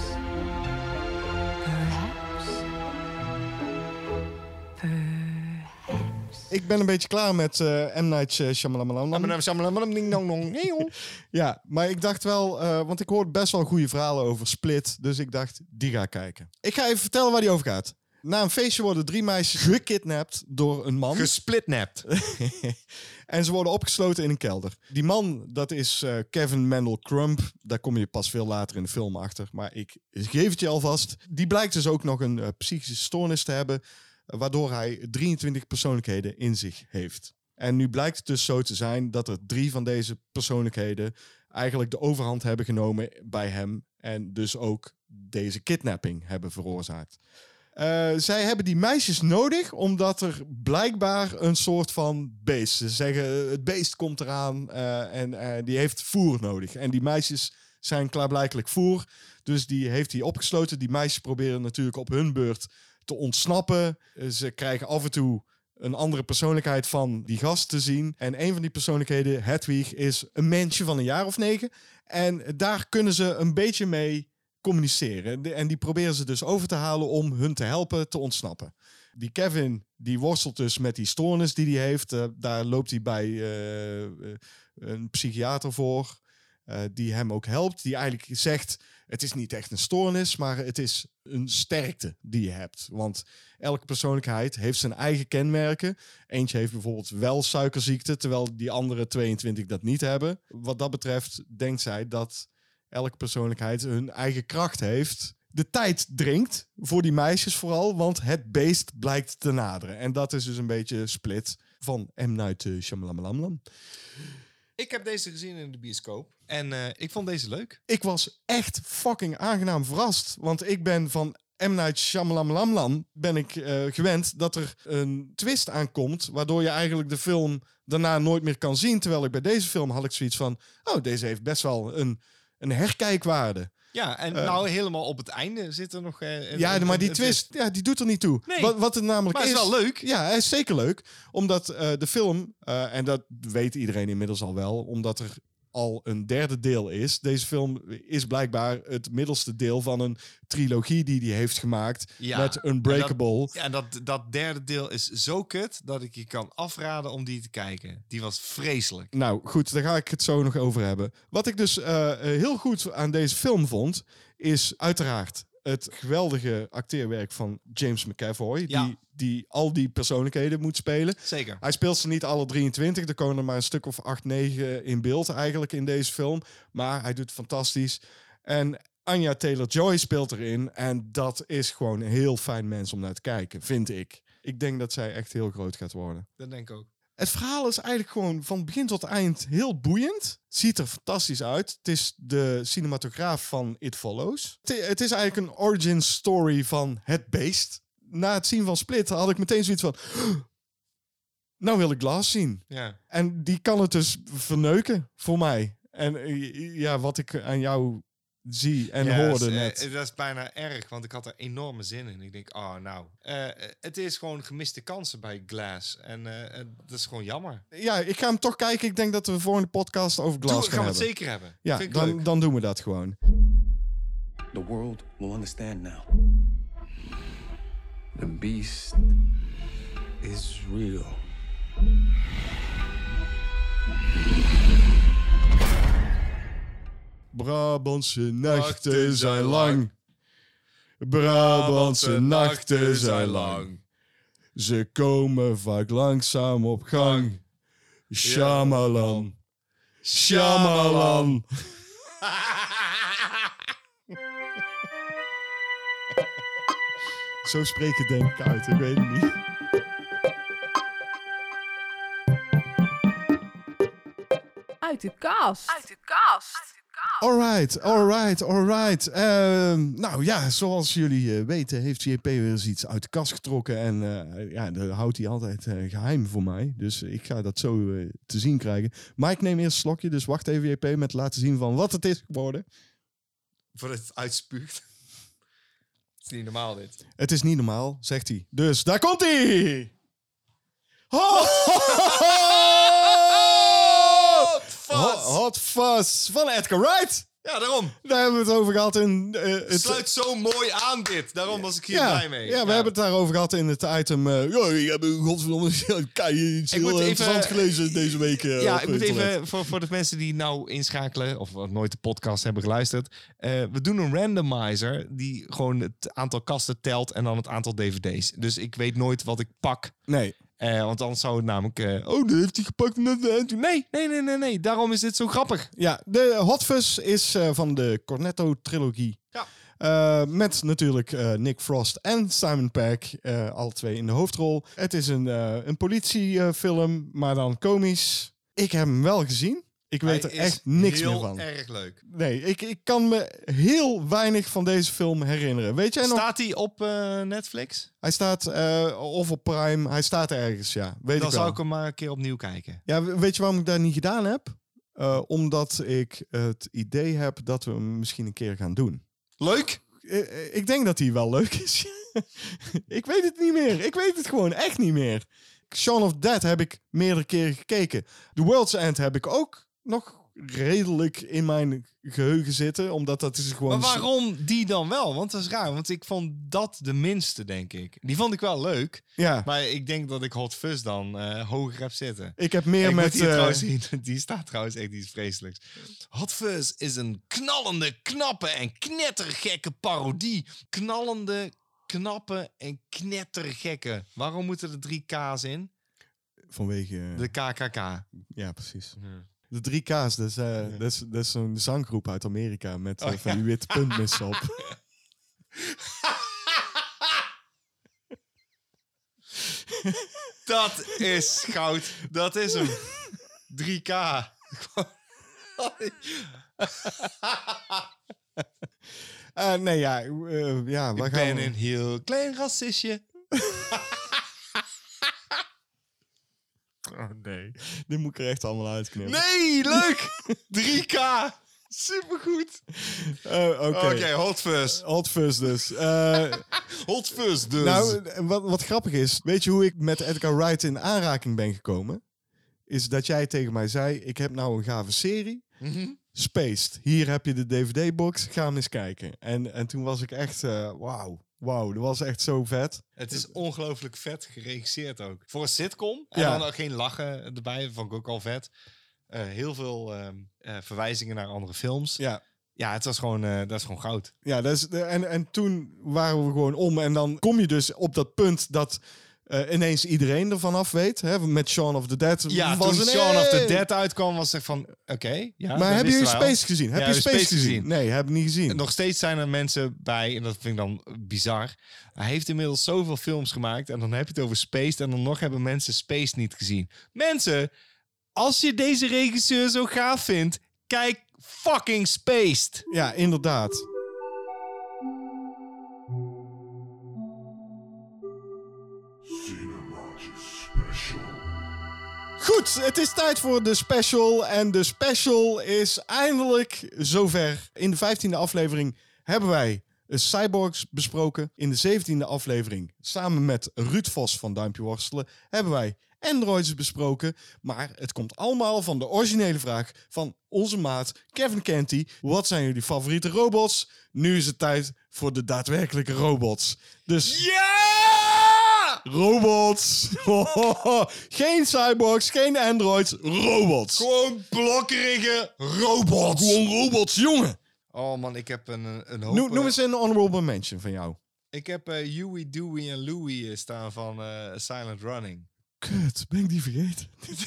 Perhaps. Perhaps. Ik ben een beetje klaar met uh, M. Night Shyamalan. Ja, maar ik dacht wel... Uh, want ik hoorde best wel goede verhalen over Split. Dus ik dacht, die ga ik kijken. Ik ga even vertellen waar die over gaat. Na een feestje worden drie meisjes gekidnapt door een man. Gesplitnapt. En ze worden opgesloten in een kelder. Die man, dat is uh, Kevin Mandel Crump. Daar kom je pas veel later in de film achter. Maar ik geef het je alvast. Die blijkt dus ook nog een uh, psychische stoornis te hebben. Uh, waardoor hij drieëntwintig persoonlijkheden in zich heeft. En nu blijkt het dus zo te zijn dat er drie van deze persoonlijkheden eigenlijk de overhand hebben genomen bij hem. En dus ook deze kidnapping hebben veroorzaakt. Uh, zij hebben die meisjes nodig omdat er blijkbaar een soort van beest... Ze zeggen het beest komt eraan uh, en uh, die heeft voer nodig. En die meisjes zijn klaarblijkelijk voer. Dus die heeft hij opgesloten. Die meisjes proberen natuurlijk op hun beurt te ontsnappen. Uh, ze krijgen af en toe een andere persoonlijkheid van die gast te zien. En een van die persoonlijkheden, Hedwig, is een mensje van een jaar of negen. En daar kunnen ze een beetje mee communiceren. En die proberen ze dus over te halen om hun te helpen te ontsnappen. Die Kevin, die worstelt dus met die stoornis die hij heeft. Uh, daar loopt hij bij uh, uh, een psychiater voor. Uh, die hem ook helpt. Die eigenlijk zegt, het is niet echt een stoornis, maar het is een sterkte die je hebt. Want elke persoonlijkheid heeft zijn eigen kenmerken. Eentje heeft bijvoorbeeld wel suikerziekte, terwijl die andere tweeëntwintig dat niet hebben. Wat dat betreft denkt zij dat elke persoonlijkheid hun eigen kracht heeft. De tijd dringt, voor die meisjes vooral, want het beest blijkt te naderen. En dat is dus een beetje Split van M. Night Shyamalan. Ik heb deze gezien in de bioscoop en uh, ik vond deze leuk. Ik was echt fucking aangenaam verrast, want ik ben van M. Night Shyamalan ben ik uh, gewend dat er een twist aankomt, waardoor je eigenlijk de film daarna nooit meer kan zien. Terwijl ik bij deze film had ik zoiets van, oh, deze heeft best wel een, een herkijkwaarde. Ja, en uh, nou helemaal op het einde zit er nog... Uh, ja, een, maar die een, twist, ja, die doet er niet toe. Nee, wat, wat het namelijk maar is... Maar is wel leuk. Ja, hij is zeker leuk. Omdat uh, de film, uh, en dat weet iedereen inmiddels al wel, omdat er al een derde deel is. Deze film is blijkbaar het middelste deel van een trilogie die hij heeft gemaakt ja, met Unbreakable. En dat, ja, dat, dat derde deel is zo kut dat ik je kan afraden om die te kijken. Die was vreselijk. Nou goed, daar ga ik het zo nog over hebben. Wat ik dus uh, heel goed aan deze film vond, is uiteraard het geweldige acteerwerk van James McAvoy. Ja. Die, die al die persoonlijkheden moet spelen. Zeker. Hij speelt ze niet alle drieëntwintig. Er komen er maar een stuk of acht, negen in beeld eigenlijk in deze film. Maar hij doet het fantastisch. En Anya Taylor-Joy speelt erin. En dat is gewoon een heel fijn mens om naar te kijken, vind ik. Ik denk dat zij echt heel groot gaat worden. Dat denk ik ook. Het verhaal is eigenlijk gewoon van begin tot eind heel boeiend. Ziet er fantastisch uit. Het is de cinematograaf van It Follows. Het is eigenlijk een origin story van het beest. Na het zien van Split had ik meteen zoiets van... Nou wil ik Glass zien. Ja. En die kan het dus verneuken voor mij. En ja, wat ik aan jou zie en ja, hoorde is, net. Uh, dat is bijna erg, want ik had er enorme zin in. Ik denk, oh nou, uh, het is gewoon gemiste kansen bij Glass. En uh, dat is gewoon jammer. Ja, ik ga hem toch kijken. Ik denk dat we de volgende podcast over Glass Doe, gaan hebben. we het zeker hebben. Ja, Vind ik dan, leuk. dan doen we dat gewoon. The world will understand now. The beast is real. Brabantse nachten zijn lang. Brabantse nachten zijn lang. Ze komen vaak langzaam op gang. Shyamalan. Shyamalan. Zo spreek ik denk ik uit, ik weet het niet. Uit de kast. Uit de kast. Alright, alright, alright. Uh, nou ja, zoals jullie uh, weten heeft J P weer eens iets uit de kast getrokken. En uh, ja, dat houdt hij altijd uh, geheim voor mij. Dus ik ga dat zo uh, te zien krijgen. Maar ik neem eerst een slokje, dus wacht even J P met laten zien van wat het is geworden. Voordat het uitspuugt. Het is niet normaal dit. Het is niet normaal, zegt hij. Dus daar komt hij! Hot Fuzz! Hot Fuzz van Edgar Wright! Ja, daarom. Daar hebben we het over gehad in... Uh, het sluit zo mooi aan dit. Daarom was ik hier ja, blij mee. Ja, we ja. hebben het daarover gehad in het item... Uh, ja, ik heb godverdomme iets heel interessant even, gelezen deze week. Uh, ja, ik moet even... Voor, voor de mensen die nou inschakelen... of nooit de podcast hebben geluisterd... Uh, we doen een randomizer... die gewoon het aantal kasten telt... en dan het aantal D V D's. Dus ik weet nooit wat ik pak. Nee. Uh, want anders zou het namelijk... Uh, oh, dat heeft hij gepakt. Nee, nee, nee, nee, nee. Daarom is dit zo grappig. Ja, de Hot Fuzz is uh, van de Cornetto-trilogie. Ja. Uh, met natuurlijk uh, Nick Frost en Simon Pegg. Uh, alle twee in de hoofdrol. Het is een, uh, een politiefilm, maar dan komisch. Ik heb hem wel gezien. Ik weet Hij er echt niks meer van. Heel erg leuk. Nee, ik, ik kan me heel weinig van deze film herinneren. Weet jij nog? Staat hij op uh, Netflix? Hij staat, uh, of op Prime. Hij staat ergens, ja. Weet Dan ik zou wel. ik hem maar een keer opnieuw kijken. Ja, weet je waarom ik dat niet gedaan heb? Uh, omdat ik het idee heb dat we hem misschien een keer gaan doen. Leuk? Ik, ik denk dat hij wel leuk is. Ik weet het niet meer. Ik weet het gewoon echt niet meer. Shaun of the Dead heb ik meerdere keren gekeken. The World's End heb ik ook nog redelijk in mijn geheugen zitten. Omdat dat is gewoon... Maar waarom die dan wel? Want dat is raar. Want ik vond dat de minste, denk ik. Die vond ik wel leuk. Ja. Maar ik denk dat ik Hot Fuzz dan uh, hoger heb zitten. Ik heb meer ik met... Die, uh... trouwens zien. Die staat trouwens echt iets vreselijks. Hot Fuzz is een knallende, knappe en knettergekke parodie. Knallende, knappe en knettergekke. Waarom moeten er drie K's in? Vanwege... De K K K. Ja, precies. Ja. De drie K's, dat is, uh, ja. dat is, dat is zo'n zanggroep uit Amerika met uh, oh, van ja. die witte puntmissen op. Dat is goud. Dat is hem. drie K. uh, nee, ja. Uh, ja waar Ik gaan ben we... een heel klein racistje. Oh nee, dit moet ik er echt allemaal uitknippen. Nee, leuk! drie K! Supergoed! Uh, Oké, okay. okay, Hot Fuzz. Hot Fuzz dus. Uh, Hot Fuzz dus. Nou, wat, wat grappig is, weet je hoe ik met Edgar Wright in aanraking ben gekomen? Is dat jij tegen mij zei, ik heb nou een gave serie, mm-hmm. Spaced. Hier heb je de D V D-box, ga hem eens kijken. En, en toen was ik echt, uh, wauw. Wauw, dat was echt zo vet. Het is ongelooflijk vet geregisseerd ook. Voor een sitcom. En ja. dan ook geen lachen erbij. Dat vond ik ook al vet. Uh, heel veel uh, uh, verwijzingen naar andere films. Ja. Ja, het was gewoon, uh, dat is gewoon goud. Ja, dat is, en, en toen waren we gewoon om. En dan kom je dus op dat punt dat uh, ineens iedereen ervan af weet. Hè? Met Shaun of the Dead. Ja, was toen een, Shaun hey! of the Dead uitkwam, was ik van, oké. Okay, ja, maar hebben jullie Space Space gezien? Heb ja, je Space, Space gezien? gezien? Nee, heb ik niet gezien. Nog steeds zijn er mensen bij, en dat vind ik dan bizar. Hij heeft inmiddels zoveel films gemaakt. En dan heb je het over Spaced. En dan nog hebben mensen Spaced niet gezien. Mensen, als je deze regisseur zo gaaf vindt, kijk fucking Spaced. Ja, inderdaad. Goed, het is tijd voor de special. En de special is eindelijk zover. In de vijftiende aflevering hebben wij Cyborgs besproken. In de zeventiende aflevering, samen met Ruud Vos van Duimpje Worstelen, hebben wij Androids besproken. Maar het komt allemaal van de originele vraag van onze maat Kevin Canty. Wat zijn jullie favoriete robots? Nu is het tijd voor de daadwerkelijke robots. Dus... Ja! Robots. Geen cyborgs, geen androids, robots. Gewoon blokkerige robots. Gewoon robots, jongen. Oh man, ik heb een, een hoop... Noem, noem eens een honorable mention van jou. Ik heb uh, Huey, Dewey en Louie staan van uh, Silent Running. Kut, ben ik die vergeten?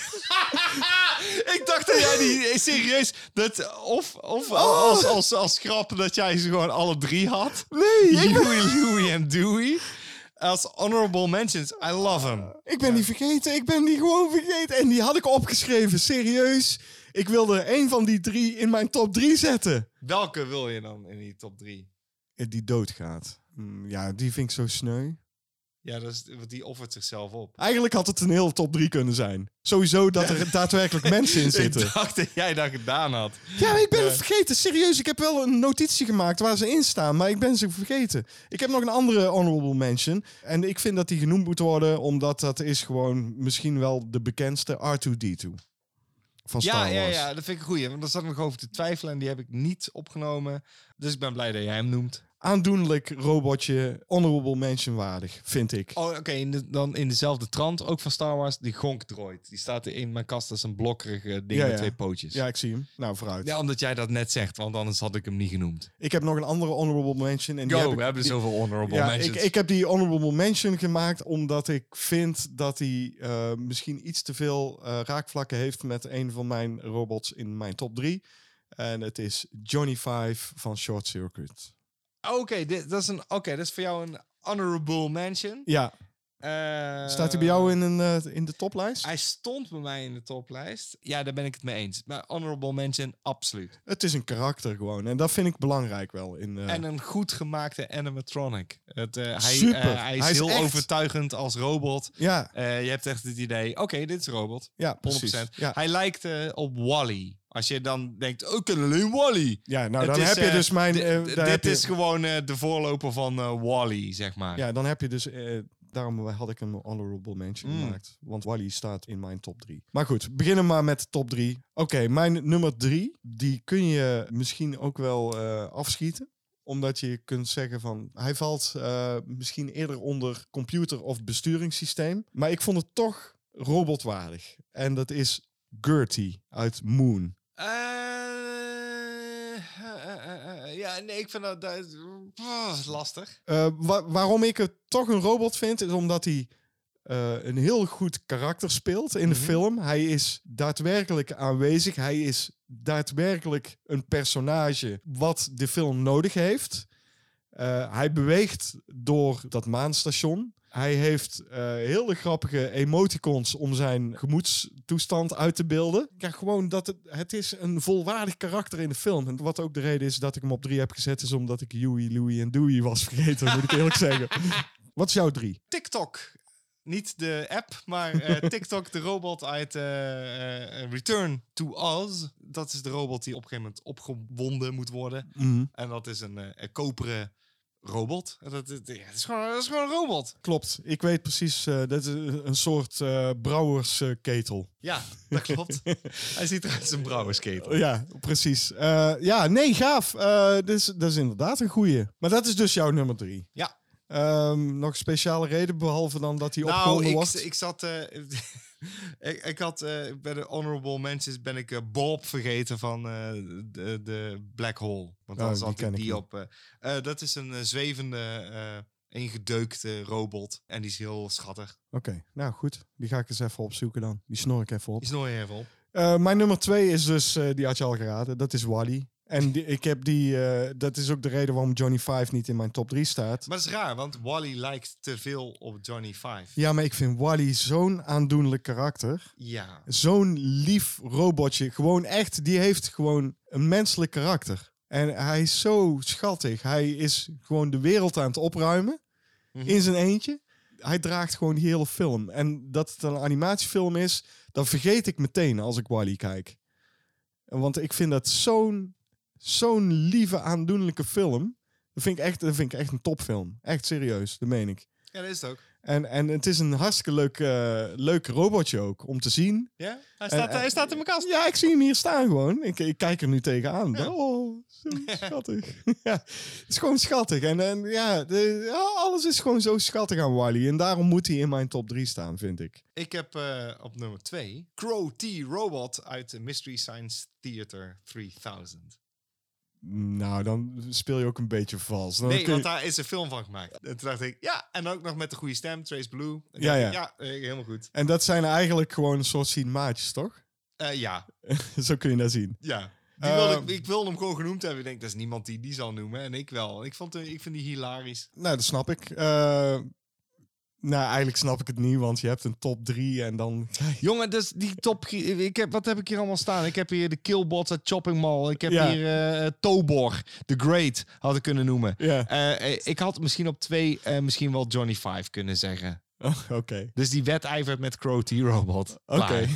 Ik dacht dat jij die... Serieus, dat, of, of oh. als, als, als grap dat jij ze gewoon alle drie had. Nee. Huey, Louie en Dewey. Als honorable mentions, I love them. Ik ben die vergeten, ik ben die gewoon vergeten. En die had ik opgeschreven, serieus. Ik wilde één van die drie in mijn top drie zetten. Welke wil je dan in die top drie? Die doodgaat. Ja, die vind ik zo sneu. Ja, dat is, want die offert zichzelf op. Eigenlijk had het een hele top drie kunnen zijn. Sowieso dat er daadwerkelijk mensen in zitten. Ik dacht dat jij dat gedaan had. Ja, maar ik ben ja. het vergeten. Serieus, ik heb wel een notitie gemaakt waar ze in staan, maar ik ben ze vergeten. Ik heb nog een andere honorable mention. En ik vind dat die genoemd moet worden, omdat dat is gewoon misschien wel de bekendste R twee D twee. van Star ja, Wars. Ja, ja, dat vind ik een goeie. Want daar zat ik nog over te twijfelen en die heb ik niet opgenomen. Dus ik ben blij dat jij hem noemt. Aandoenlijk robotje, honorable mention waardig, vind ik. Oh, oké. Okay, in de, dan in dezelfde trant, ook van Star Wars, die Gonk-droid. Die staat in mijn kast als een blokkerige ding Ja, met ja. twee pootjes. Ja, ik zie hem. Nou, vooruit. Ja, omdat jij dat net zegt, want anders had ik hem niet genoemd. Ik heb nog een andere honorable mention. En die Go, heb ik, we hebben die- zoveel honorable Ja, mentions. ik, ik heb die honorable mention gemaakt omdat ik vind dat hij uh, misschien iets te veel uh, raakvlakken heeft met een van mijn robots in mijn top drie. En het is Johnny Five van Short Circuit. Oké, okay, dit- dat is een. Oké, okay, dat is voor jou een honorable mention. Ja, Uh, staat hij bij jou in, een, uh, in de toplijst? Hij stond bij mij in de toplijst. Ja, daar ben ik het mee eens. Maar honorable mention, absoluut. Het is een karakter gewoon. En dat vind ik belangrijk wel. In, uh... En een goed gemaakte animatronic. Het, uh, hij, Super. Uh, hij is Hij is heel echt- overtuigend als robot. Ja, Uh, je hebt echt het idee, oké, okay, dit is een robot. ja, honderd precies. procent. Ja. Hij lijkt uh, op Wall-E. Als je dan denkt, oh, ik ken alleen Wall-E. Ja, nou Het dan is, heb je uh, dus mijn... di- uh, di- daar dit heb je- is gewoon uh, de voorloper van uh, Wall-E, zeg maar. Ja, dan heb je dus... Uh, daarom had ik een honorable mention Mm. gemaakt. Want Wall-E staat in mijn top drie. Maar goed, beginnen maar met de top drie. Oké, okay, mijn nummer drie, die kun je misschien ook wel uh, afschieten. Omdat je kunt zeggen van... Hij valt uh, misschien eerder onder computer of besturingssysteem. Maar ik vond het toch robotwaardig. En dat is Gertie uit Moon. Uh, uh, uh, uh, ja, nee, ik vind dat, dat is, oh, lastig. Uh, wa- waarom ik het toch een robot vind, is omdat hij uh, een heel goed karakter speelt in de Mhm. film. Hij is daadwerkelijk aanwezig. Hij is daadwerkelijk een personage wat de film nodig heeft. Uh, hij beweegt door dat maanstation. Hij heeft uh, hele grappige emoticons om zijn gemoedstoestand uit te beelden. Ja, gewoon dat het, het is een volwaardig karakter in de film. En wat ook de reden is dat ik hem op drie heb gezet, is omdat ik Huey, Louie en Dewey was vergeten, moet ik eerlijk zeggen. Wat is jouw drie? TikTok. Niet de app, maar uh, TikTok, de robot uit uh, uh, Return to Oz. Dat is de robot die op een gegeven moment opgewonden moet worden. Mm. En dat is een, uh, een koperen robot. Dat, dat, ja, dat, is gewoon, dat is gewoon een robot. Klopt, ik weet precies, uh, dat is een soort uh, brouwersketel. Ja, dat klopt. Hij ziet eruit als een brouwersketel. Ja, precies. Uh, ja, nee, gaaf. Uh, dat, is, dat is inderdaad een goeie. Maar dat is dus jouw nummer drie. Ja. Um, nog een speciale reden, behalve dan dat hij nou, opgewonden ik, wordt? ik zat... Uh, ik, ik had uh, bij de honorable mentions ben ik uh, Bob vergeten van uh, de, de Black Hole. Want dan Oh, zat die ik ken die ik op... Uh, uh, dat is een uh, zwevende, uh, ingedeukte robot. En die is heel schattig. Oké, okay, nou goed. Die ga ik eens even opzoeken dan. Die snor ik even op. Die snor je even op. Uh, mijn nummer twee is dus, uh, die had je al geraden, dat is Wall-E. En die, ik heb die, uh, dat is ook de reden waarom Johnny Five niet in mijn top drie staat. Maar dat is raar, want Wall-E lijkt te veel op Johnny Five. Ja, maar ik vind Wall-E zo'n aandoenlijk karakter. Ja. Zo'n lief robotje. Gewoon echt, die heeft gewoon een menselijk karakter. En hij is zo schattig. Hij is gewoon de wereld aan het opruimen. Mm-hmm. In zijn eentje. Hij draagt gewoon die hele film. En dat het een animatiefilm is, dat vergeet ik meteen als ik Wall-E kijk. Want ik vind dat zo'n Zo'n lieve, aandoenlijke film. Dat vind ik echt, dat vind ik echt een topfilm. Echt serieus, dat meen ik. Ja, dat is het ook. En, en het is een hartstikke leuk, uh, leuk robotje ook, om te zien. Ja? Hij staat, en, hij staat in mijn kast. Ja, ik zie hem hier staan gewoon. Ik, ik kijk er nu tegenaan. Ja. Oh, zo schattig. Ja, het is gewoon schattig. En, en ja, de, ja, alles is gewoon zo schattig aan Wall-E. En daarom moet hij in mijn top drie staan, vind ik. Ik heb uh, op nummer twee Crow T-Robot uit de Mystery Science Theater drieduizend. Nou, dan speel je ook een beetje vals. Dan nee, kun je... want daar is een film van gemaakt. En toen dacht ik, ja, en ook nog met de goede stem, Trace Blue. Ja, ja. Ik, ja, helemaal goed. En dat zijn eigenlijk gewoon een soort cinemaatjes, toch? Uh, ja. Zo kun je dat zien. Ja. Die Uh, wilde, ik, ik wilde hem gewoon genoemd hebben. Ik denk, dat is niemand die die zal noemen. En ik wel. Ik, vond, ik vind die hilarisch. Nou, dat snap ik. Uh, nou, eigenlijk snap ik het niet, want je hebt een top drie en dan... Jongen, dus die top... Ik heb, wat heb ik hier allemaal staan? Ik heb hier de Killbots uit Chopping Mall. Ik heb ja. hier uh, Tobor, The Great, had ik kunnen noemen. Ja. Uh, ik had misschien op twee uh, misschien wel Johnny Five kunnen zeggen. Oh, Oké. Okay. Dus die wedijvert met Crow T-Robot. Oké. Okay.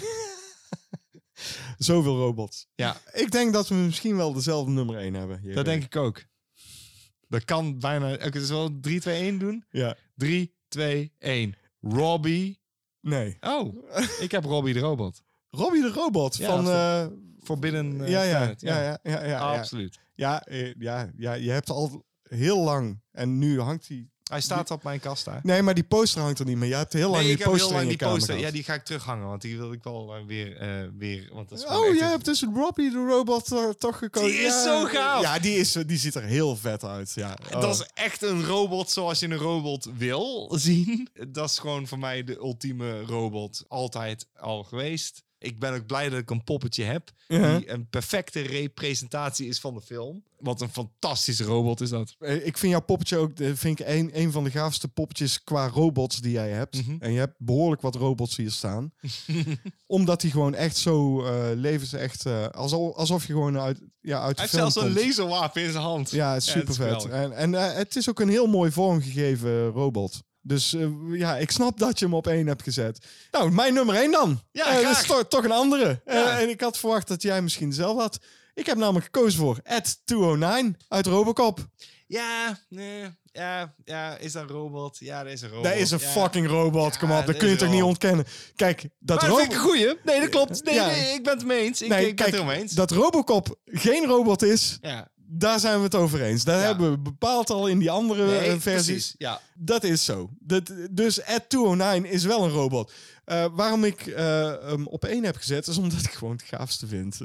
Zoveel robots. Ja. Ik denk dat we misschien wel dezelfde nummer één hebben. Hier dat denk ik ook. Dat kan bijna... Oké, dus wel drie, twee, één doen? Ja. drie, twee, één. Robbie. Nee. Oh, ik heb Robbie de Robot. Robbie de Robot Ja, van... voor- eh, Forbidden uh, ja, ja, Planet, ja, ja, ja, ja, ja. Absoluut. Ja, eh, ja, ja, je hebt al heel lang en nu hangt hij... Hij staat op mijn kast daar. Nee, maar die poster hangt er niet meer. Je hebt heel lang Nee, ik die heb poster heel in lang je die kamer poster. Ja, gehad. die ga ik terughangen, want die wil ik wel uh, weer, uh, weer... Want dat is Oh, gewoon echt jij een- hebt dus Robbie de Robot uh, toch gekozen. Die is Ja, zo gaaf. Ja, die, is, die ziet er heel vet uit. Ja. Oh. Dat is echt een robot zoals je een robot wil zien. Dat is gewoon voor mij de ultieme robot. Altijd al geweest. Ik ben ook blij dat ik een poppetje heb. Ja. Die een perfecte representatie is van de film. Wat een fantastische robot is dat. Eh, Ik vind jouw poppetje ook eh, vind ik een, een van de gaafste poppetjes qua robots die jij hebt. Mhm. En je hebt behoorlijk wat robots hier staan. Omdat die gewoon echt zo uh, levensecht... Uh, alsof, alsof je gewoon uit, ja, uit de Hij heeft film zelfs een komt. laserwapen in zijn hand. Ja, super het is vet. geweldig. En, en uh, het is ook een heel mooi vormgegeven robot. Dus uh, ja, ik snap dat je hem op één hebt gezet. Nou, mijn nummer één dan. Ja, Uh, dat graag. is toch, toch een andere. Uh, Ja. en ik had verwacht dat jij misschien zelf had. Ik heb namelijk gekozen voor Ed tweehonderdnegen uit Robocop. Ja, nee, ja, ja, is dat een robot? Ja, dat is een robot. Dat is een ja. fucking robot. Kom Ja, op, dat dat kun je is toch wel. niet ontkennen. Kijk, dat Maar dat vind robot... ik een goeie. Nee, dat klopt. Nee, Ja. nee, ik ben het mee eens. Ik, Nee, ik ben kijk, het er mee eens. dat Robocop geen robot is, Ja. daar zijn we het over eens. Dat Ja. hebben we bepaald al in die andere Nee, eh, versies. precies. Ja. Dat is zo. Dat, dus Ed tweehonderdnegen is wel een robot. Uh, waarom ik uh, hem op één heb gezet, is omdat ik gewoon het gaafste vind.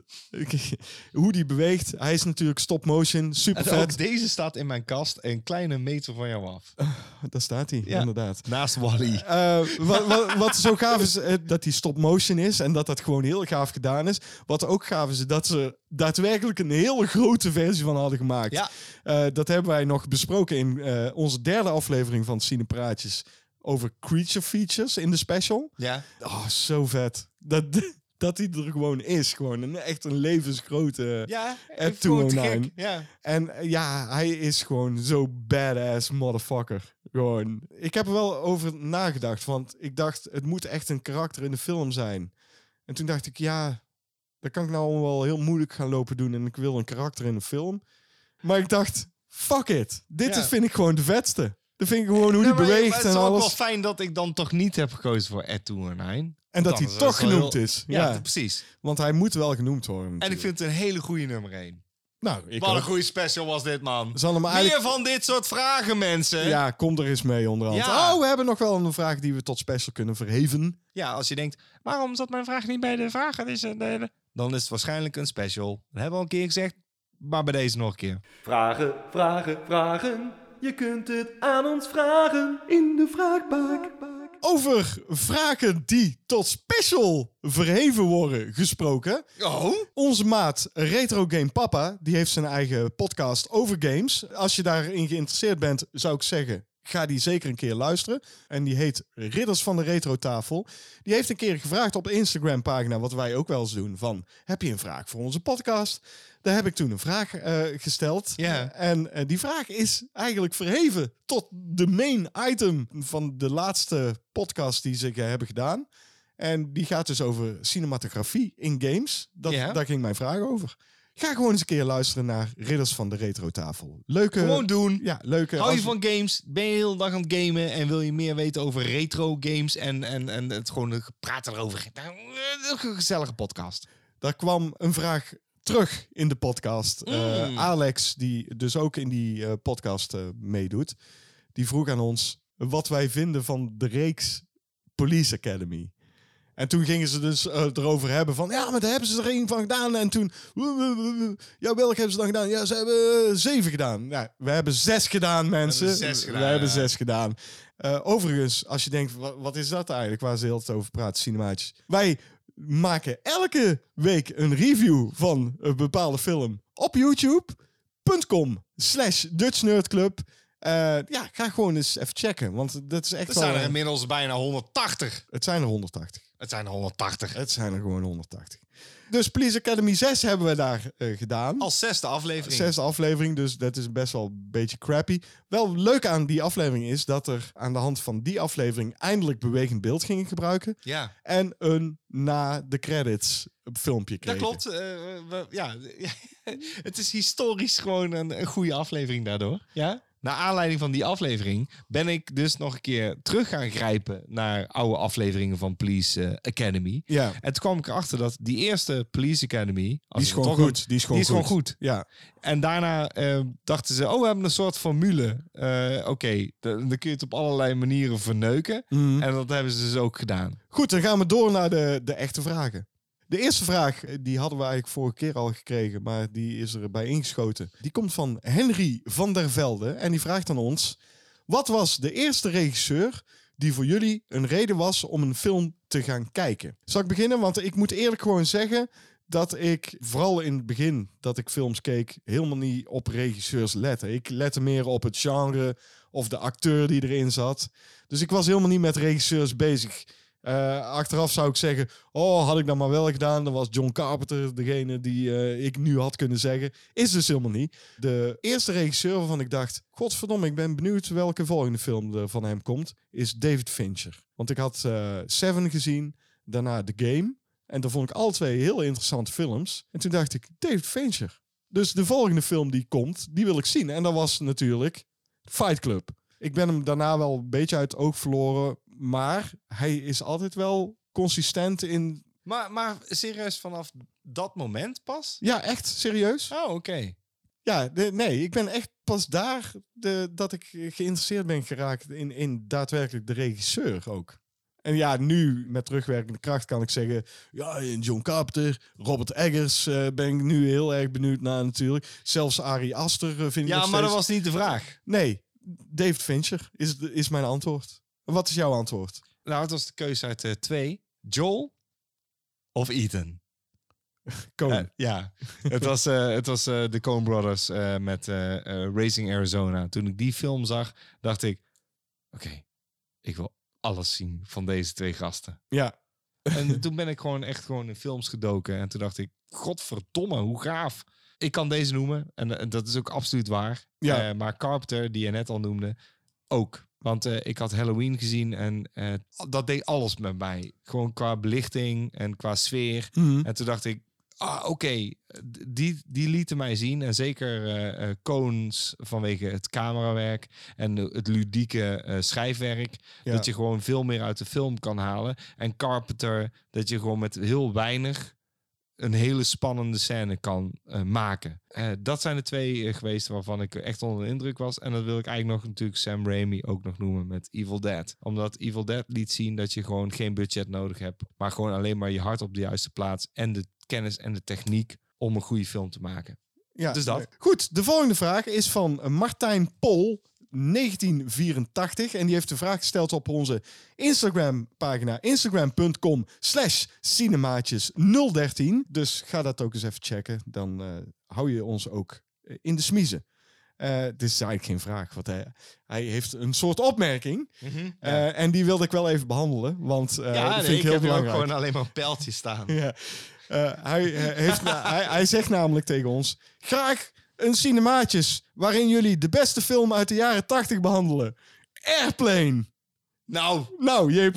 Hoe die beweegt. Hij is natuurlijk stop motion, super En ook vet. deze staat in mijn kast een kleine meter van jou af. Daar staat hij, Ja. inderdaad. Naast Wally. Uh, wat, wat, wat zo gaaf is, uh, dat die stop motion is en dat dat gewoon heel gaaf gedaan is. Wat ook gaaf is, dat ze daadwerkelijk een hele grote versie van hadden gemaakt. Ja. Uh, dat hebben wij nog besproken in uh, onze derde aflevering van Cinepraatjes over creature features in de special. Ja. Oh, zo vet. Dat, dat hij er gewoon is. Gewoon een, echt een levensgrote Ja, Ed ik vond het tweehonderdnegen. gek. Ja. En uh, ja, hij is gewoon zo badass motherfucker. Gewoon. Ik heb er wel over nagedacht. Want ik dacht, het moet echt een karakter in de film zijn. En toen dacht ik, ja, dat kan ik nou wel heel moeilijk gaan lopen doen. En ik wil een karakter in een film. Maar ik dacht, fuck it. Dit Ja. is, vind ik gewoon de vetste. Dat vind ik gewoon hoe Nee, die maar- beweegt maar en het is ook alles. wel fijn dat ik dan toch niet heb gekozen voor Ed tweehonderdnegen. En dat hij Want toch anders is het wel genoemd heel- is. Ja, Ja, precies. want hij moet wel genoemd worden. En ik natuurlijk. vind het een hele goede nummer één. Nou, ik Wat een ook. goede special was dit, man. Zal hem eigenlijk... Meer van dit soort vragen, mensen. Ja, kom er eens mee onderhand. Ja. Oh, we hebben nog wel een vraag die we tot special kunnen verheven. Ja, als je denkt, waarom zat mijn vraag niet bij de vragen? Is het, de- de- Dan is het waarschijnlijk een special. Dat hebben we al een keer gezegd, maar bij deze nog een keer. Vragen, vragen, vragen. Je kunt het aan ons vragen in de vraagbak. Over vragen die tot special verheven worden gesproken. Oh? Onze maat Retro Game Papa, die heeft zijn eigen podcast over games. Als je daarin geïnteresseerd bent, zou ik zeggen, ga die zeker een keer luisteren. En die heet Ridders van de Retro Tafel. Die heeft een keer gevraagd op de Instagram-pagina, wat wij ook wel eens doen, van, heb je een vraag voor onze podcast? Daar heb ik toen een vraag uh, gesteld. Ja. En uh, die vraag is eigenlijk verheven tot de main item van de laatste podcast die ze uh, hebben gedaan. En die gaat dus over cinematografie in games. Dat, Ja. Daar ging mijn vraag over. Ga gewoon eens een keer luisteren naar Ridders van de Retro Tafel. Leuke... Gewoon doen. Ja, leuke... Hou je als- van games? Ben je de hele dag aan het gamen en wil je meer weten over retro games en, en, en het gewoon praten erover? Nou, een gezellige podcast. Daar kwam een vraag terug in de podcast. Eh, Mm. Alex, die dus ook in die eh, podcast eh, meedoet, die vroeg aan ons wat wij vinden van de reeks Police Academy. En toen gingen ze dus uh, erover hebben van, ja, maar daar hebben ze er één van gedaan. En toen, ja, welke hebben ze dan gedaan? Ja, ze hebben uh, zeven gedaan. Nou, we hebben zes gedaan, mensen. We hebben zes gedaan, we hebben ja. zes gedaan. Uh, overigens, als je denkt, wat, wat is dat eigenlijk, waar ze heel tijd over praten, cinemaatjes. Wij maken elke week een review van een bepaalde film op youtube.com slash Dutch Nerd Club. Uh, ja, ga gewoon eens even checken, want dat is echt Er wel... zijn er inmiddels bijna honderdtachtig. Het zijn er honderdtachtig. Het zijn er honderdtachtig. Het zijn er gewoon honderdtachtig. Dus Police Academy zes hebben we daar uh, gedaan. Als zesde aflevering. Zesde aflevering, dus dat is best wel een beetje crappy. Wel leuk aan die aflevering is dat er aan de hand van die aflevering eindelijk bewegend beeld gingen gebruiken. Ja. En een na de credits filmpje Dat kregen. klopt. Uh, we, ja, het is historisch gewoon een, een goede aflevering daardoor. Ja? naar aanleiding van die aflevering ben ik dus nog een keer terug gaan grijpen naar oude afleveringen van Police uh, Academy. Ja. En toen kwam ik erachter dat die eerste Police Academy... Die is gewoon goed. Een, die is gewoon, die is gewoon goed. goed. Ja. En daarna uh, dachten ze, oh, we hebben een soort formule. Uh, Oké, okay, dan kun je het op allerlei manieren verneuken. Mm. En dat hebben ze dus ook gedaan. Goed, dan gaan we door naar de, de echte vragen. De eerste vraag, die hadden we eigenlijk vorige keer al gekregen, maar die is erbij ingeschoten. Die komt van Henry van der Velde en die vraagt aan ons: wat was de eerste regisseur die voor jullie een reden was om een film te gaan kijken? Zal ik beginnen? Want ik moet eerlijk gewoon zeggen dat ik, vooral in het begin dat ik films keek, helemaal niet op regisseurs lette. Ik lette meer op het genre of de acteur die erin zat. Dus ik was helemaal niet met regisseurs bezig. Uh, achteraf zou ik zeggen, oh, had ik dat maar wel gedaan. Dan was John Carpenter degene die uh, ik nu had kunnen zeggen. Is dus helemaal niet. De eerste regisseur waarvan ik dacht, godverdomme, ik ben benieuwd welke volgende film er van hem komt, is David Fincher. Want ik had uh, Seven gezien, daarna The Game. En daar vond ik alle twee heel interessante films. En toen dacht ik, David Fincher. Dus de volgende film die komt, die wil ik zien. En dat was natuurlijk Fight Club. Ik ben hem daarna wel een beetje uit het oog verloren. Maar hij is altijd wel consistent in... Maar, maar serieus, vanaf dat moment pas? Ja, echt serieus. Oh, oké. Okay. Ja, de, nee, ik ben echt pas daar de, dat ik geïnteresseerd ben geraakt in, in daadwerkelijk de regisseur ook. En ja, nu met terugwerkende kracht kan ik zeggen... Ja, John Carpenter, Robert Eggers uh, ben ik nu heel erg benieuwd naar natuurlijk. Zelfs Ari Aster uh, vind ik Ja, nog maar steeds... dat was niet de vraag. Nee, David Fincher is, is mijn antwoord. Wat is jouw antwoord? Nou, het was de keuze uit uh, twee. Joel of Ethan? Coen. Uh, ja, het was, uh, het was uh, de Coen Brothers uh, met uh, uh, Raising Arizona. Toen ik die film zag, dacht ik... Oké, okay, ik wil alles zien van deze twee gasten. Ja. En toen ben ik gewoon echt gewoon in films gedoken. En toen dacht ik, godverdomme, hoe gaaf. Ik kan deze noemen. En uh, dat is ook absoluut waar. Ja. Uh, maar Carpenter, die je net al noemde, ook. Want uh, ik had Halloween gezien en uh, dat deed alles met mij. Gewoon qua belichting en qua sfeer. Mm-hmm. En toen dacht ik, ah, oké, okay, die, die lieten mij zien. En zeker uh, uh, Coens vanwege het camerawerk en uh, het ludieke uh, schrijfwerk. Ja. Dat je gewoon veel meer uit de film kan halen. En Carpenter, dat je gewoon met heel weinig een hele spannende scène kan uh, maken. Uh, dat zijn de twee uh, geweest waarvan ik echt onder de indruk was. En dat wil ik eigenlijk nog natuurlijk Sam Raimi ook nog noemen met Evil Dead. Omdat Evil Dead liet zien dat je gewoon geen budget nodig hebt. Maar gewoon alleen maar je hart op de juiste plaats. En de kennis en de techniek om een goede film te maken. Ja, dus dat. Goed, de volgende vraag is van Martijn Pol, negentien vierentachtig. En die heeft de vraag gesteld op onze Instagram pagina. Instagram.com slash cinemaatjes nul dertien. Dus ga dat ook eens even checken. Dan uh, hou je ons ook in de smiezen. Uh, dit is eigenlijk geen vraag. Want hij, hij heeft een soort opmerking. Mm-hmm, ja. uh, ja. En die wilde ik wel even behandelen. Want uh, ja, dat nee, vind ik heel heb belangrijk. ook gewoon alleen maar een pijltje staan. Ja. Uh, hij, uh, heeft, hij, hij zegt namelijk tegen ons... Graag een cinemaatjes waarin jullie de beste film uit de jaren tachtig behandelen. Airplane. Nou. Nou, J P.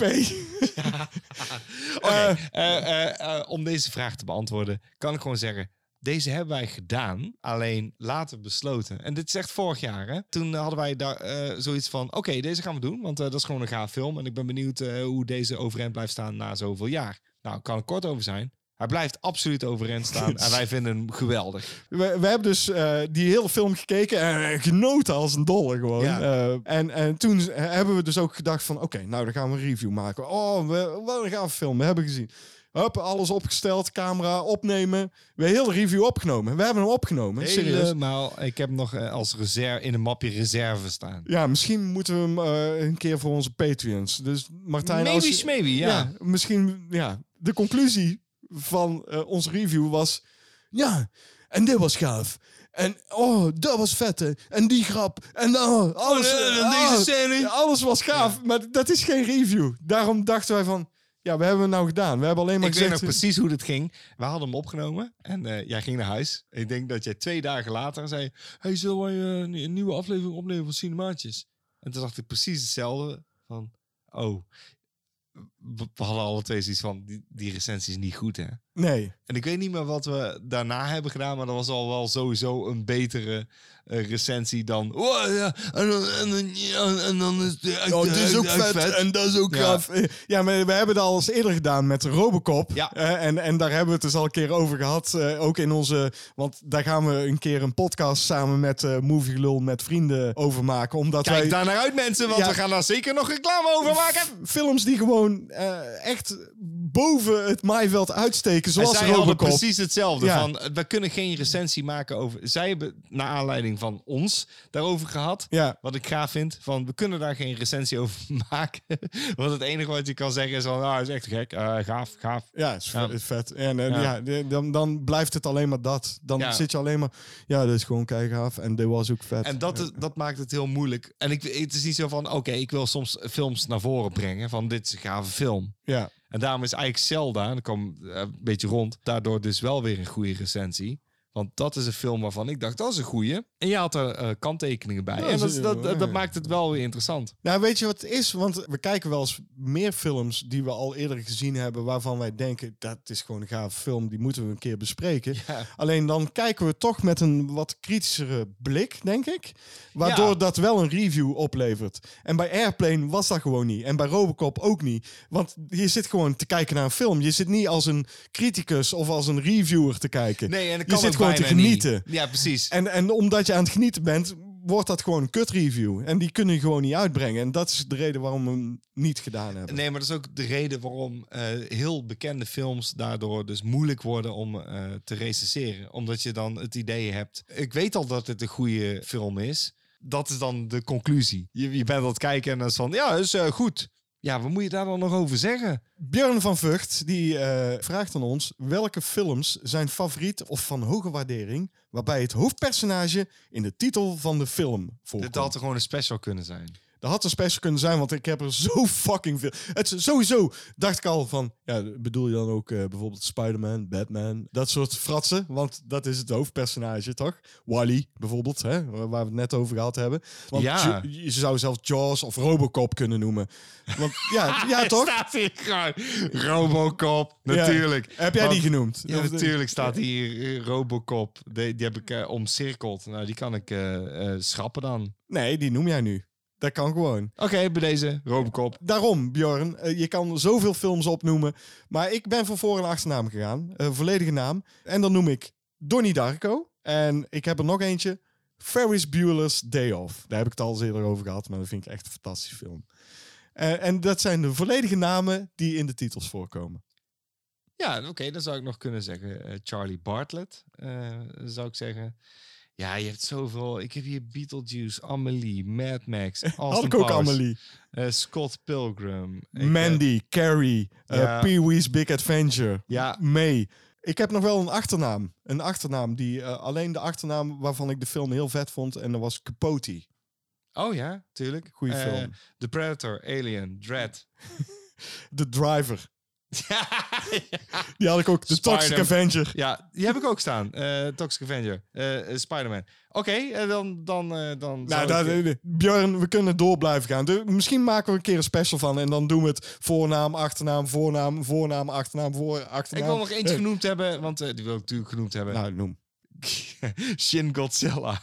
Ja. Oké, okay. uh, uh, uh, om deze vraag te beantwoorden... kan ik gewoon zeggen... Deze hebben wij gedaan, alleen later besloten. En dit is echt vorig jaar, hè? Toen hadden wij daar uh, zoiets van... Oké, okay, deze gaan we doen, want uh, dat is gewoon een gaaf film. En ik ben benieuwd uh, hoe deze overeind blijft staan na zoveel jaar. Nou, kan er kort over zijn. Hij blijft absoluut overeind staan en wij vinden hem geweldig. We, we hebben dus uh, die hele film gekeken en genoten als een dolle gewoon. Ja. Uh, en, en toen hebben we dus ook gedacht van... Oké, okay, nou dan gaan we een review maken. Oh, we, wat een gaaf film, we hebben gezien. Hup, alles opgesteld, camera, opnemen. We hebben heel de review opgenomen. We hebben hem opgenomen, serieus. Helemaal. Ik heb hem nog uh, als reserve in een mapje reserve staan. Ja, misschien moeten we hem uh, een keer voor onze Patreons. Dus Martijn... Maybe, als je, maybe, ja. ja. Misschien, ja. De conclusie van uh, onze review was... Ja, en dit was gaaf. En oh, dat was vette. En die grap. En oh, alles... Oh, uh, deze oh, scène. Alles was gaaf. Ja. Maar dat is geen review. Daarom dachten wij van... Ja, we hebben het nou gedaan. We hebben alleen maar ik gezegd... weet nog precies hoe dit ging. We hadden hem opgenomen en uh, jij ging naar huis. Ik denk dat jij twee dagen later zei... Hey, zullen wij uh, een nieuwe aflevering opnemen van Cinemaatjes? En toen dacht ik precies hetzelfde. Van, oh, we hadden alle twee zoiets van... Die, die recensie is niet goed, hè? Nee. En ik weet niet meer wat we daarna hebben gedaan, maar dat was al wel sowieso een betere uh, recensie dan... Oh, ja, en, dan, en, dan, ja, en dan is het echt, Oh, het is ook echt vet, vet en dat is ook ja. gaaf. Ja, maar we hebben dat al eens eerder gedaan met Robocop. Ja. Uh, en, en daar hebben we het dus al een keer over gehad. Uh, ook in onze... Want daar gaan we een keer een podcast samen met uh, Movie Gelul met vrienden over maken. Omdat Kijk wij, daar naar uit, mensen, want Ja. we gaan daar zeker nog reclame over maken. films die gewoon uh, echt boven het maaiveld uitsteken, zoals en zij Robocop. hadden precies hetzelfde. Ja. Van, we kunnen geen recensie maken over... Zij hebben naar aanleiding van ons daarover gehad. Ja. Wat ik gaaf vind. Van, we kunnen daar geen recensie over maken. Want het enige wat je kan zeggen is van... Ah, is echt gek. Uh, gaaf, gaaf. Ja, is Ja. vet. vet. En, en Ja. ja. dan, dan blijft het alleen maar dat. Dan Ja. zit je alleen maar... Ja, dat is gewoon keigaaf. En dit was ook vet. En dat, is, dat maakt het heel moeilijk. En ik, het is niet zo van... Oké, okay, ik wil soms films naar voren brengen. Van, dit is een gave film. Ja. En daarom is eigenlijk Zelda... En dan kwam uh, een beetje rond. Daardoor dus wel weer een goede recensie. Want dat is een film waarvan ik dacht, dat is een goeie. En je had er uh, kanttekeningen bij. Ja, en dat, zo- dat, dat, dat ja. maakt het wel weer interessant. Nou, weet je wat het is? Want we kijken wel eens meer films die we al eerder gezien hebben, waarvan wij denken, dat is gewoon een gave film, die moeten we een keer bespreken. Ja. Alleen dan kijken we toch met een wat kritischere blik, denk ik. Waardoor Ja. dat wel een review oplevert. En bij Airplane was dat gewoon niet. En bij Robocop ook niet. Want je zit gewoon te kijken naar een film. Je zit niet als een criticus of als een reviewer te kijken. Nee, en dat je kan zit ook gewoon te bijna genieten. niet. Ja, precies. En, en omdat je aan het genieten bent, wordt dat gewoon een kut review. En die kunnen je gewoon niet uitbrengen. En dat is de reden waarom we hem niet gedaan hebben. Nee, maar dat is ook de reden waarom uh, heel bekende films daardoor dus moeilijk worden om uh, te recenseren. Omdat je dan het idee hebt, ik weet al dat het een goede film is. Dat is dan de conclusie. Je, je bent aan het kijken en dan is van, ja, dat is uh, goed. Ja, wat moet je daar dan nog over zeggen? Björn van Vught die uh, vraagt aan ons welke films zijn favoriet of van hoge waardering, waarbij het hoofdpersonage in de titel van de film voorkomt. Dit had er gewoon een special kunnen zijn. Dat had een special kunnen zijn, want ik heb er zo fucking veel. Het is sowieso dacht ik al van, ja, bedoel je dan ook uh, bijvoorbeeld Spider-Man, Batman, dat soort fratsen, want dat is het hoofdpersonage, toch? Wall-E bijvoorbeeld, hè, waar we het net over gehad hebben. Want Ja. je, je zou zelfs Jaws of Robocop kunnen noemen. Want ja, ja toch? Staat hier gewoon Robocop, natuurlijk. Ja. Heb jij Want- die genoemd? Ja, Of- natuurlijk staat hier uh, Robocop. Die, die heb ik uh, omcirkeld. Nou, die kan ik uh, uh, schrappen dan. Nee, die noem jij nu. Dat kan gewoon. Oké, okay, bij deze Robocop. Daarom, Bjorn. Uh, je kan zoveel films opnoemen. Maar ik ben voor voor- en achternaam gegaan. Uh, volledige naam. En dan noem ik Donnie Darko. En ik heb er nog eentje. Ferris Bueller's Day Off. Daar heb ik het al eens eerder over gehad. Maar dat vind ik echt een fantastische film. Uh, en dat zijn de volledige namen die in de titels voorkomen. Ja, oké. Okay, dan zou ik nog kunnen zeggen. Uh, Charlie Bartlett, uh, zou ik zeggen. Ja, je hebt zoveel. Ik heb hier Beetlejuice, Amelie, Mad Max, Austin Had ik ook Powers, Amelie. Uh, Scott Pilgrim. Ik, Mandy, uh, Carrie, uh, ja. Pee-wee's Big Adventure, Ja. May. Ik heb nog wel een achternaam. Een achternaam die uh, alleen de achternaam waarvan ik de film heel vet vond. En dat was Capote. Oh ja, tuurlijk. Goeie Uh, film. The Predator, Alien, Dread. The Driver. Die had ik ook. De Spider- Toxic Avenger. Ja, die heb ik ook staan. Uh, Toxic Avenger. Uh, uh, Spider-Man. Oké, okay, uh, dan... dan, uh, dan Nou, zou dat, ik... Björn, we kunnen door blijven gaan. De, misschien maken we een keer een special van. En dan doen we het voornaam, achternaam, voornaam, voornaam, achternaam, voor, achternaam. Ik wil nog eentje Eh, genoemd hebben, want uh, die wil ik natuurlijk genoemd hebben. Nou, noem. Shin Godzilla.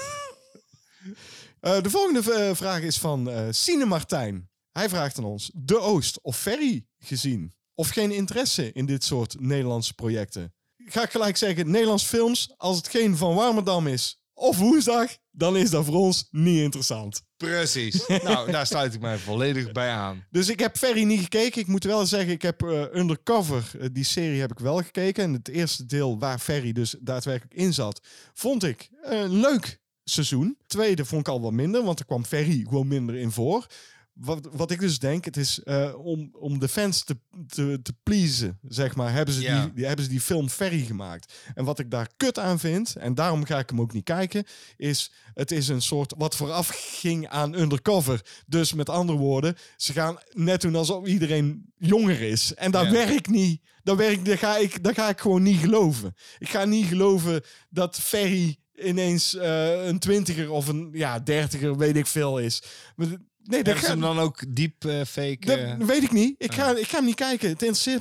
Uh, de volgende uh, vraag is van uh, Sine Martijn. Hij vraagt aan ons: De Oost of Ferry gezien? Of geen interesse in dit soort Nederlandse projecten? Ga ik gelijk zeggen, Nederlands films, als het geen Van Warmerdam is of Woensdag, dan is dat voor ons niet interessant. Precies. Nou, daar sluit ik mij volledig bij aan. Dus ik heb Ferry niet gekeken. Ik moet wel zeggen, ik heb uh, Undercover, uh, die serie heb ik wel gekeken. En het eerste deel waar Ferry dus daadwerkelijk in zat, vond ik uh, leuk seizoen. Tweede vond ik al wat minder, want er kwam Ferry gewoon minder in voor. Wat, wat ik dus denk, het is uh, om, om de fans te, te, te pleasen, zeg maar, hebben ze, Ja. die, die, hebben ze die film Ferry gemaakt. En wat ik daar kut aan vind, en daarom ga ik hem ook niet kijken, is het is een soort wat vooraf ging aan Undercover. Dus met andere woorden, ze gaan net doen alsof iedereen jonger is. En dat Ja. werkt niet. Dat, werkt, dat, ga ik, dat ga ik gewoon niet geloven. Ik ga niet geloven dat Ferry ineens uh, een twintiger of een ja, dertiger, weet ik veel, is. Maar, nee, dat Hebben ze ga, hem dan ook diep uh, fake... dat uh, weet ik niet. Ik ga, ik ga hem niet kijken. Het interesseert me niet.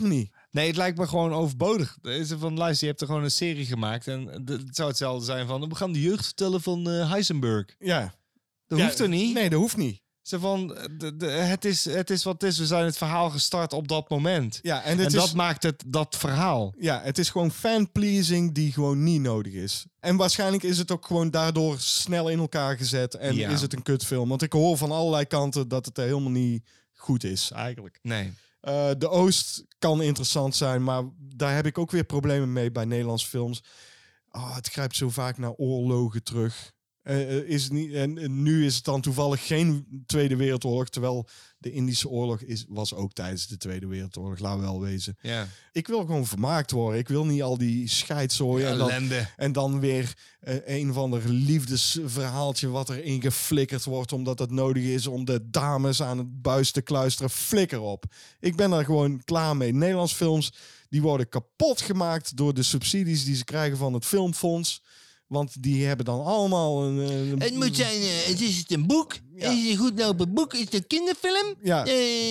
Nee, het lijkt me gewoon overbodig. Is er van, luister, je hebt er gewoon een serie gemaakt. En het zou hetzelfde zijn van, we gaan de jeugd vertellen van uh, Heisenberg. Ja. Dat ja, hoeft er niet. Nee, dat hoeft niet. Zo van, de, de, het, is, het is wat het is. We zijn het verhaal gestart op dat moment. Ja, en en het dat is, maakt het dat verhaal. Ja, het is gewoon fanpleasing die gewoon niet nodig is. En waarschijnlijk is het ook gewoon daardoor snel in elkaar gezet. En Ja. is het een kutfilm. Want ik hoor van allerlei kanten dat het helemaal niet goed is, eigenlijk. Nee. Uh, de Oost kan interessant zijn, maar daar heb ik ook weer problemen mee bij Nederlandse films. Oh, het grijpt zo vaak naar oorlogen terug. Uh, is het niet, en, en nu is het dan toevallig geen Tweede Wereldoorlog, terwijl de Indische oorlog is, was ook tijdens de Tweede Wereldoorlog, laten we wel wezen. Ja. Ik wil gewoon vermaakt worden. Ik wil niet al die scheidzooi en, dan, en dan weer uh, een of ander liefdesverhaaltje wat erin geflikkerd wordt omdat het nodig is om de dames aan het buis te kluisteren. Flikker op. Ik ben daar gewoon klaar mee. Nederlandse films die worden kapot gemaakt door de subsidies die ze krijgen van het Filmfonds. Want die hebben dan allemaal een... een het moet zijn, uh, het is het een boek? Ja. Is het een goed lopen boek? Is het een kinderfilm? Ja.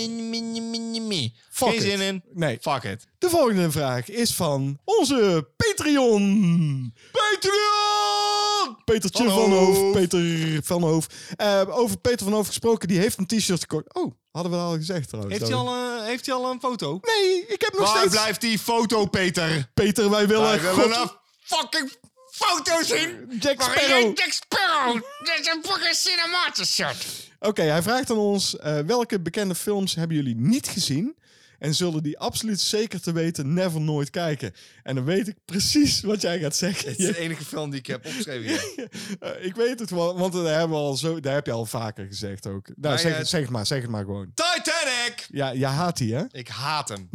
Uh, Fuck Geen it. zin in. Nee. Fuck it. De volgende vraag is van onze Patreon. Patreon! Petertje Van van Hoof. Hoof. Peter van Hoof. Uh, over Peter van Hoof gesproken, die heeft een t-shirt gekocht. Oh, hadden we dat al gezegd trouwens. Heeft hij al, uh, heeft hij al een foto? Nee, ik heb nog Waar steeds... blijft die foto, Peter? Peter, wij willen... Wij willen God... een fucking foto zien. Jack Waarin Sparrow. Jack Sparrow. Dit is een fucking cinematic shirt. Oké, okay, hij vraagt aan ons, uh, welke bekende films hebben jullie niet gezien? En zullen die absoluut zeker te weten never nooit kijken? En dan weet ik precies wat jij gaat zeggen. Het is de enige film die ik heb opgeschreven. Ja. uh, ik weet het wel, want dat hebben we al zo, daar heb je al vaker gezegd ook. Nou, Maar zeg, ja, zeg het maar, zeg het maar gewoon. Titanic! Ja, je haat die, hè? Ik haat hem.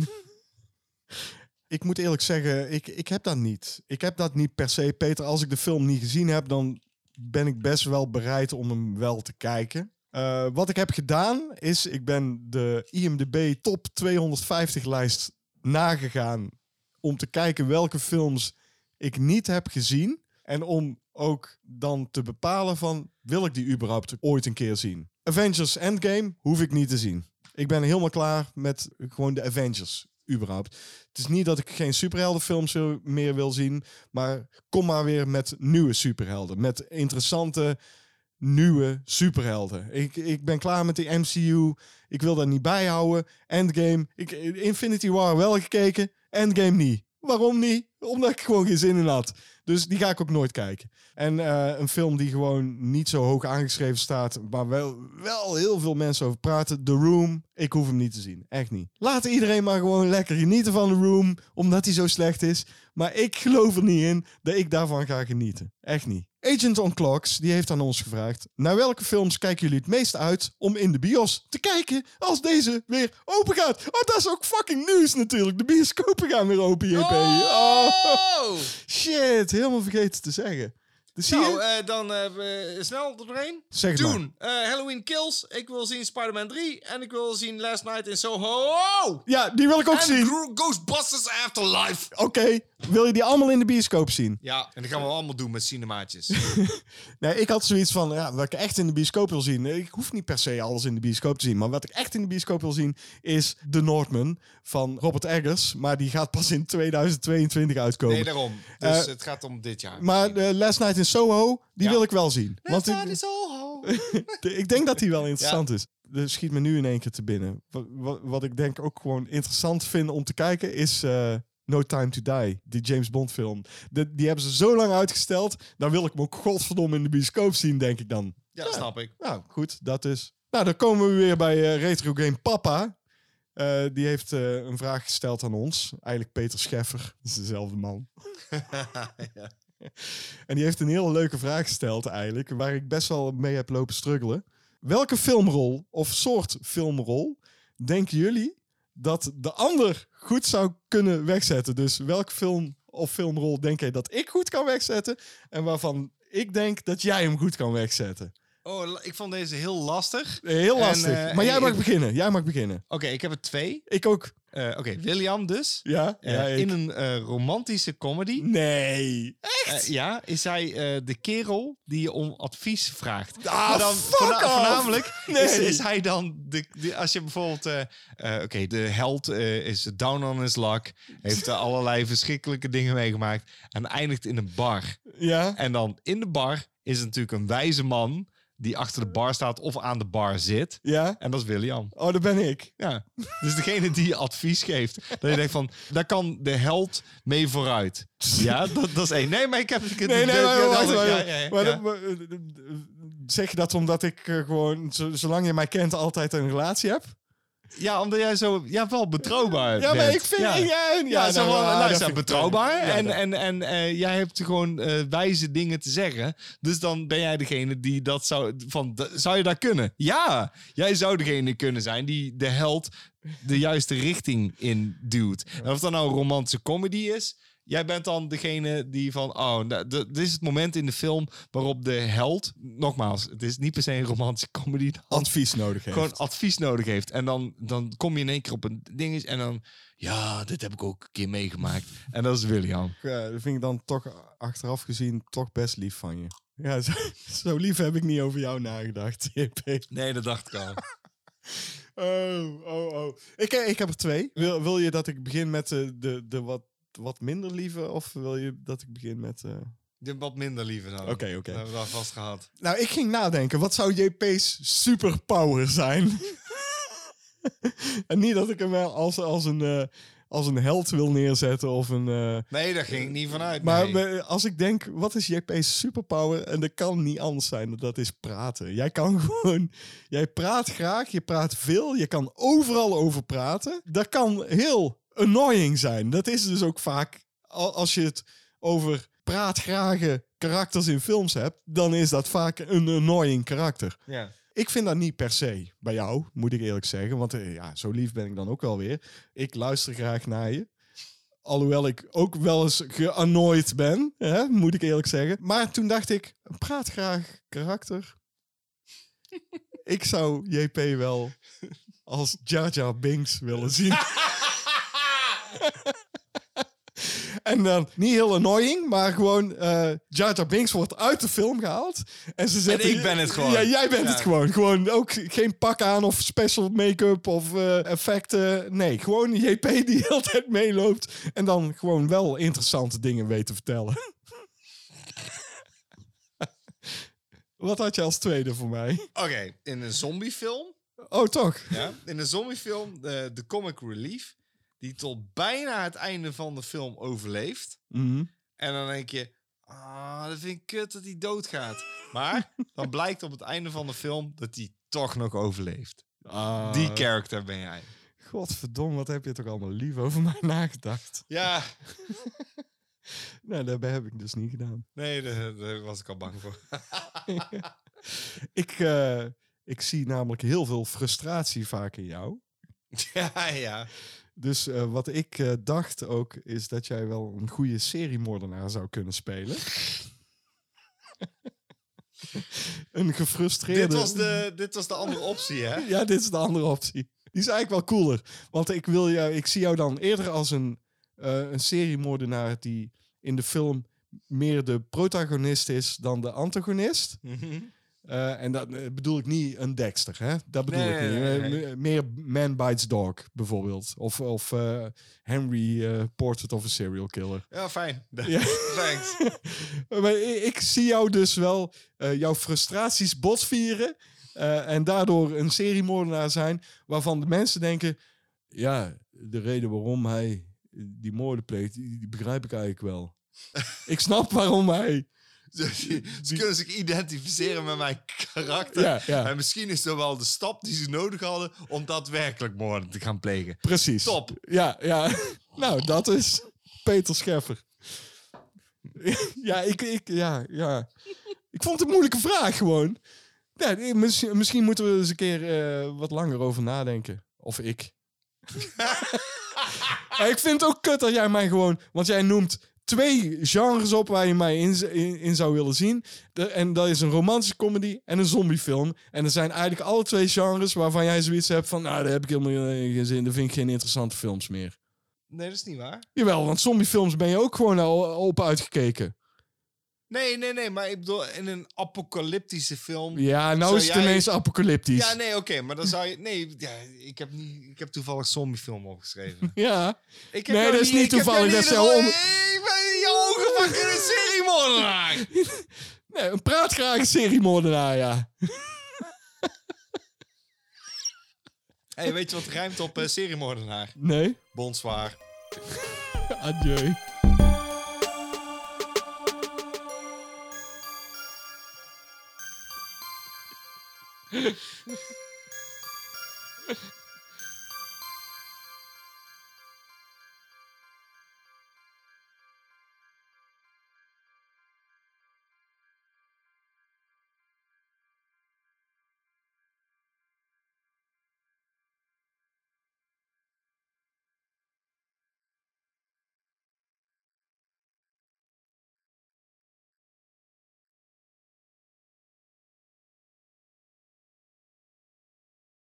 Ik moet eerlijk zeggen, ik, ik heb dat niet. Ik heb dat niet per se, Peter. Als ik de film niet gezien heb, dan ben ik best wel bereid om hem wel te kijken. Uh, wat ik heb gedaan is, ik ben de I M D B top tweehonderdvijftig lijst nagegaan om te kijken welke films ik niet heb gezien. En om ook dan te bepalen van, wil ik die überhaupt ooit een keer zien? Avengers Endgame hoef ik niet te zien. Ik ben helemaal klaar met gewoon de Avengers überhaupt. Het is niet dat ik geen superheldenfilms meer wil zien, maar kom maar weer met nieuwe superhelden. Met interessante nieuwe superhelden. Ik, ik ben klaar met die M C U. Ik wil daar niet bij houden. Endgame. Ik, Infinity War wel gekeken. Endgame niet. Waarom niet? Omdat ik gewoon geen zin in had. Dus die ga ik ook nooit kijken. En uh, een film die gewoon niet zo hoog aangeschreven staat, maar wel, wel heel veel mensen over praten. The Room. Ik hoef hem niet te zien. Echt niet. Laat iedereen maar gewoon lekker genieten van The Room, omdat hij zo slecht is. Maar ik geloof er niet in dat ik daarvan ga genieten. Echt niet. Agent on Clocks, die heeft aan ons gevraagd: naar welke films kijken jullie het meest uit om in de bios te kijken als deze weer open gaat? Oh, dat is ook fucking nieuws natuurlijk. De bioscopen gaan weer open, J P. Oh, oh. Shit, helemaal vergeten te zeggen. Dus nou, zie je? Uh, dan uh, we snel doorheen. Zeg Doen. Uh, Halloween Kills. Ik wil zien Spider-Man drie. En ik wil zien Last Night in Soho. Oh! Ja, die wil ik ook en zien. Ghostbusters Afterlife. Oké, okay. Wil je die allemaal in de bioscoop zien? Ja, en dat gaan we allemaal doen met cinemaatjes. Nee, ik had zoiets van, ja, wat ik echt in de bioscoop wil zien. Ik hoef niet per se alles in de bioscoop te zien. Maar wat ik echt in de bioscoop wil zien is The Northman van Robert Eggers. Maar die gaat pas in tweeduizend tweeëntwintig uitkomen. Nee, daarom. Dus uh, het gaat om dit jaar. Maar uh, Last Night in Soho, die ja. wil ik wel zien. Last Want Night in Soho. Ik denk dat die wel interessant ja. is. Er schiet me nu in één keer te binnen. Wat, wat, wat ik denk ook gewoon interessant vind om te kijken is uh, No Time to Die. Die James Bond film. De, die hebben ze zo lang uitgesteld. Dan wil ik hem ook godverdomme in de bioscoop zien, denk ik dan. Ja, ja. snap ik. Nou, goed, dat is... Nou, dan komen we weer bij uh, Retro Game Papa. Uh, die heeft uh, een vraag gesteld aan ons. Eigenlijk Peter Scheffer. Dat is dezelfde man. ja. En die heeft een hele leuke vraag gesteld eigenlijk, waar ik best wel mee heb lopen struggelen. Welke filmrol of soort filmrol denken jullie dat de ander goed zou kunnen wegzetten? Dus welke film of filmrol denk jij dat ik goed kan wegzetten en waarvan ik denk dat jij hem goed kan wegzetten? Oh, ik vond deze heel lastig. Heel lastig. En, uh, maar jij mag ik... beginnen. Jij mag beginnen. Oké, okay, ik heb er twee. Ik ook. Uh, Oké, okay, William dus. Ja, uh, ja in een uh, romantische comedy. Nee, echt? Uh, ja, is hij uh, de kerel die je om advies vraagt. Ah, maar dan fuck voorna- voornamelijk nee. is, is hij dan... De, de, als je bijvoorbeeld... Uh, uh, Oké, okay, de held uh, is down on his luck. Heeft uh, allerlei verschrikkelijke dingen meegemaakt. En eindigt in een bar. Ja. En dan in de bar is het natuurlijk een wijze man... die achter de bar staat of aan de bar zit. Ja. En dat is William. Oh, dat ben ik. Ja. Dus degene die je advies geeft. Dat je denkt van, daar kan de held mee vooruit. Ja, dat, dat is één. Nee, maar ik heb... Ik, nee, nee, de, maar, de, wacht, de, wacht, ja, ja, ja, maar, ja. maar, zeg je dat omdat ik uh, gewoon, zo, zolang je mij kent, altijd een relatie heb? Ja, omdat jij zo ja, wel betrouwbaar ja, bent. maar ik vind... Ja, ja, ja, ja, zo nou, wel, ah, luister, dat vind ik- betrouwbaar. ja, en dat- en, en uh, jij hebt gewoon uh, wijze dingen te zeggen. Dus dan ben jij degene die dat zou... Van, d- zou je dat kunnen? Ja, jij zou degene kunnen zijn die de held de juiste richting in duwt. En of dat nou een romantische comedy is... Jij bent dan degene die van... Oh, nou, d- dit is het moment in de film waarop de held... Nogmaals, het is niet per se een romantische comedy. Advies nodig heeft. Gewoon advies nodig heeft. En dan, dan kom je in één keer op een ding en dan... Ja, dit heb ik ook een keer meegemaakt. En dat is William. Ja, dat vind ik dan toch achteraf gezien toch best lief van je. Ja, zo, zo lief heb ik niet over jou nagedacht, J P. Nee, dat dacht ik al. Oh, oh, oh. Ik, ik heb er twee. Wil, wil je dat ik begin met de, de, de wat, wat minder lieve? Of wil je dat ik begin met... Uh... De wat minder liever dan. Oké, oké. Dat hebben we daar vast gehad. Nou, ik ging nadenken. Wat zou J P's superpower zijn? En niet dat ik hem wel als, als, een, uh, als een held wil neerzetten of een... Uh... Nee, daar ging ik niet vanuit. Maar nee. als ik denk, wat is J P's superpower? En dat kan niet anders zijn, dat is praten. Jij kan gewoon... Jij praat graag, je praat veel, je kan overal over praten. Dat kan heel annoying zijn. Dat is dus ook vaak, als je het over praatgrage karakters in films hebt, dan is dat vaak een annoying karakter. Ja. Ik vind dat niet per se bij jou, moet ik eerlijk zeggen. Want uh, ja, zo lief ben ik dan ook wel weer. Ik luister graag naar je. Alhoewel ik ook wel eens geannoyed ben, hè, moet ik eerlijk zeggen. Maar toen dacht ik, een praatgraag karakter. Ik zou J P wel als Jar Jar Binks willen zien. En dan niet heel annoying, maar gewoon uh, Jar Jar Binks wordt uit de film gehaald. En, ze zetten, en ik ben het gewoon. Ja, jij bent ja. het gewoon. Gewoon ook geen pak aan of special make-up of uh, effecten. Nee, gewoon J P die de hele tijd meeloopt. En dan gewoon wel interessante dingen weet te vertellen. Wat had je als tweede voor mij? Oké, okay, in een zombiefilm. Oh, toch? Ja, in een zombiefilm, de, de comic relief, die tot bijna het einde van de film overleeft. Mm-hmm. En dan denk je, ah, dat vind ik kut dat hij doodgaat. Maar dan blijkt op het einde van de film dat hij toch nog overleeft. Ah. Die character ben jij. Godverdomme, wat heb je toch allemaal lief over mij nagedacht. Ja. Nou, daarbij heb ik dus niet gedaan. Nee, daar, daar was ik al bang voor. ik, uh, ik zie namelijk heel veel frustratie vaak in jou. Ja, ja. Dus uh, wat ik uh, dacht ook, is dat jij wel een goede seriemoordenaar zou kunnen spelen. Een gefrustreerde... Dit was, de, dit was de andere optie, hè? Ja, dit is de andere optie. Die is eigenlijk wel cooler. Want ik, wil jou, ik zie jou dan eerder als een, uh, een seriemoordenaar die in de film meer de protagonist is dan de antagonist. Mm-hmm. Uh, en dat uh, bedoel ik niet een Dexter, hè? Dat bedoel nee, ik niet. Nee, nee, nee. Uh, meer Man Bites Dog, bijvoorbeeld. Of, of uh, Henry uh, Portrait of a Serial Killer. Ja, fijn. Ja. Thanks. Maar ik, ik zie jou dus wel uh, jouw frustraties botvieren. Uh, en daardoor een seriemoordenaar zijn waarvan de mensen denken... Ja, de reden waarom hij die moorden pleegt, die, die begrijp ik eigenlijk wel. Ik snap waarom hij... Ze, ze kunnen zich identificeren met mijn karakter. Ja, ja. En misschien is dat wel de stap die ze nodig hadden om daadwerkelijk moorden te gaan plegen. Precies. Top. Ja, ja. Nou, dat is Peter Scheffer. Ja, ik, ik, ja, ja. Ik vond het een moeilijke vraag gewoon. Ja, misschien, misschien moeten we eens een keer uh, wat langer over nadenken. Of ik. Ja, ik vind het ook kut dat jij mij gewoon... Want jij noemt twee genres op waar je mij in, in, in zou willen zien. De, en dat is een romantische comedy en een zombiefilm. En er zijn eigenlijk alle twee genres waarvan jij zoiets hebt van... nou, daar heb ik helemaal geen zin in. Daar vind ik geen interessante films meer. Nee, dat is niet waar. Jawel, want zombiefilms ben je ook gewoon al op uitgekeken. Nee, nee, nee, maar ik bedoel, in een apocalyptische film... Ja, nou zou is het jij... ineens apocalyptisch. Ja, nee, oké, okay, maar dan zou je... Nee, ja, ik, heb niet, ik heb toevallig zombiefilm opgeschreven. Ja. Ik heb nee, dat is niet toevallig. Dat is zo... om... Ik ben in jouw ogen fucking een seriemoordenaar. Nee, een praatgraag seriemoordenaar, ja. Hey, weet je wat rijmt op uh, seriemoordenaar? Nee. Bonsoir. Adieu.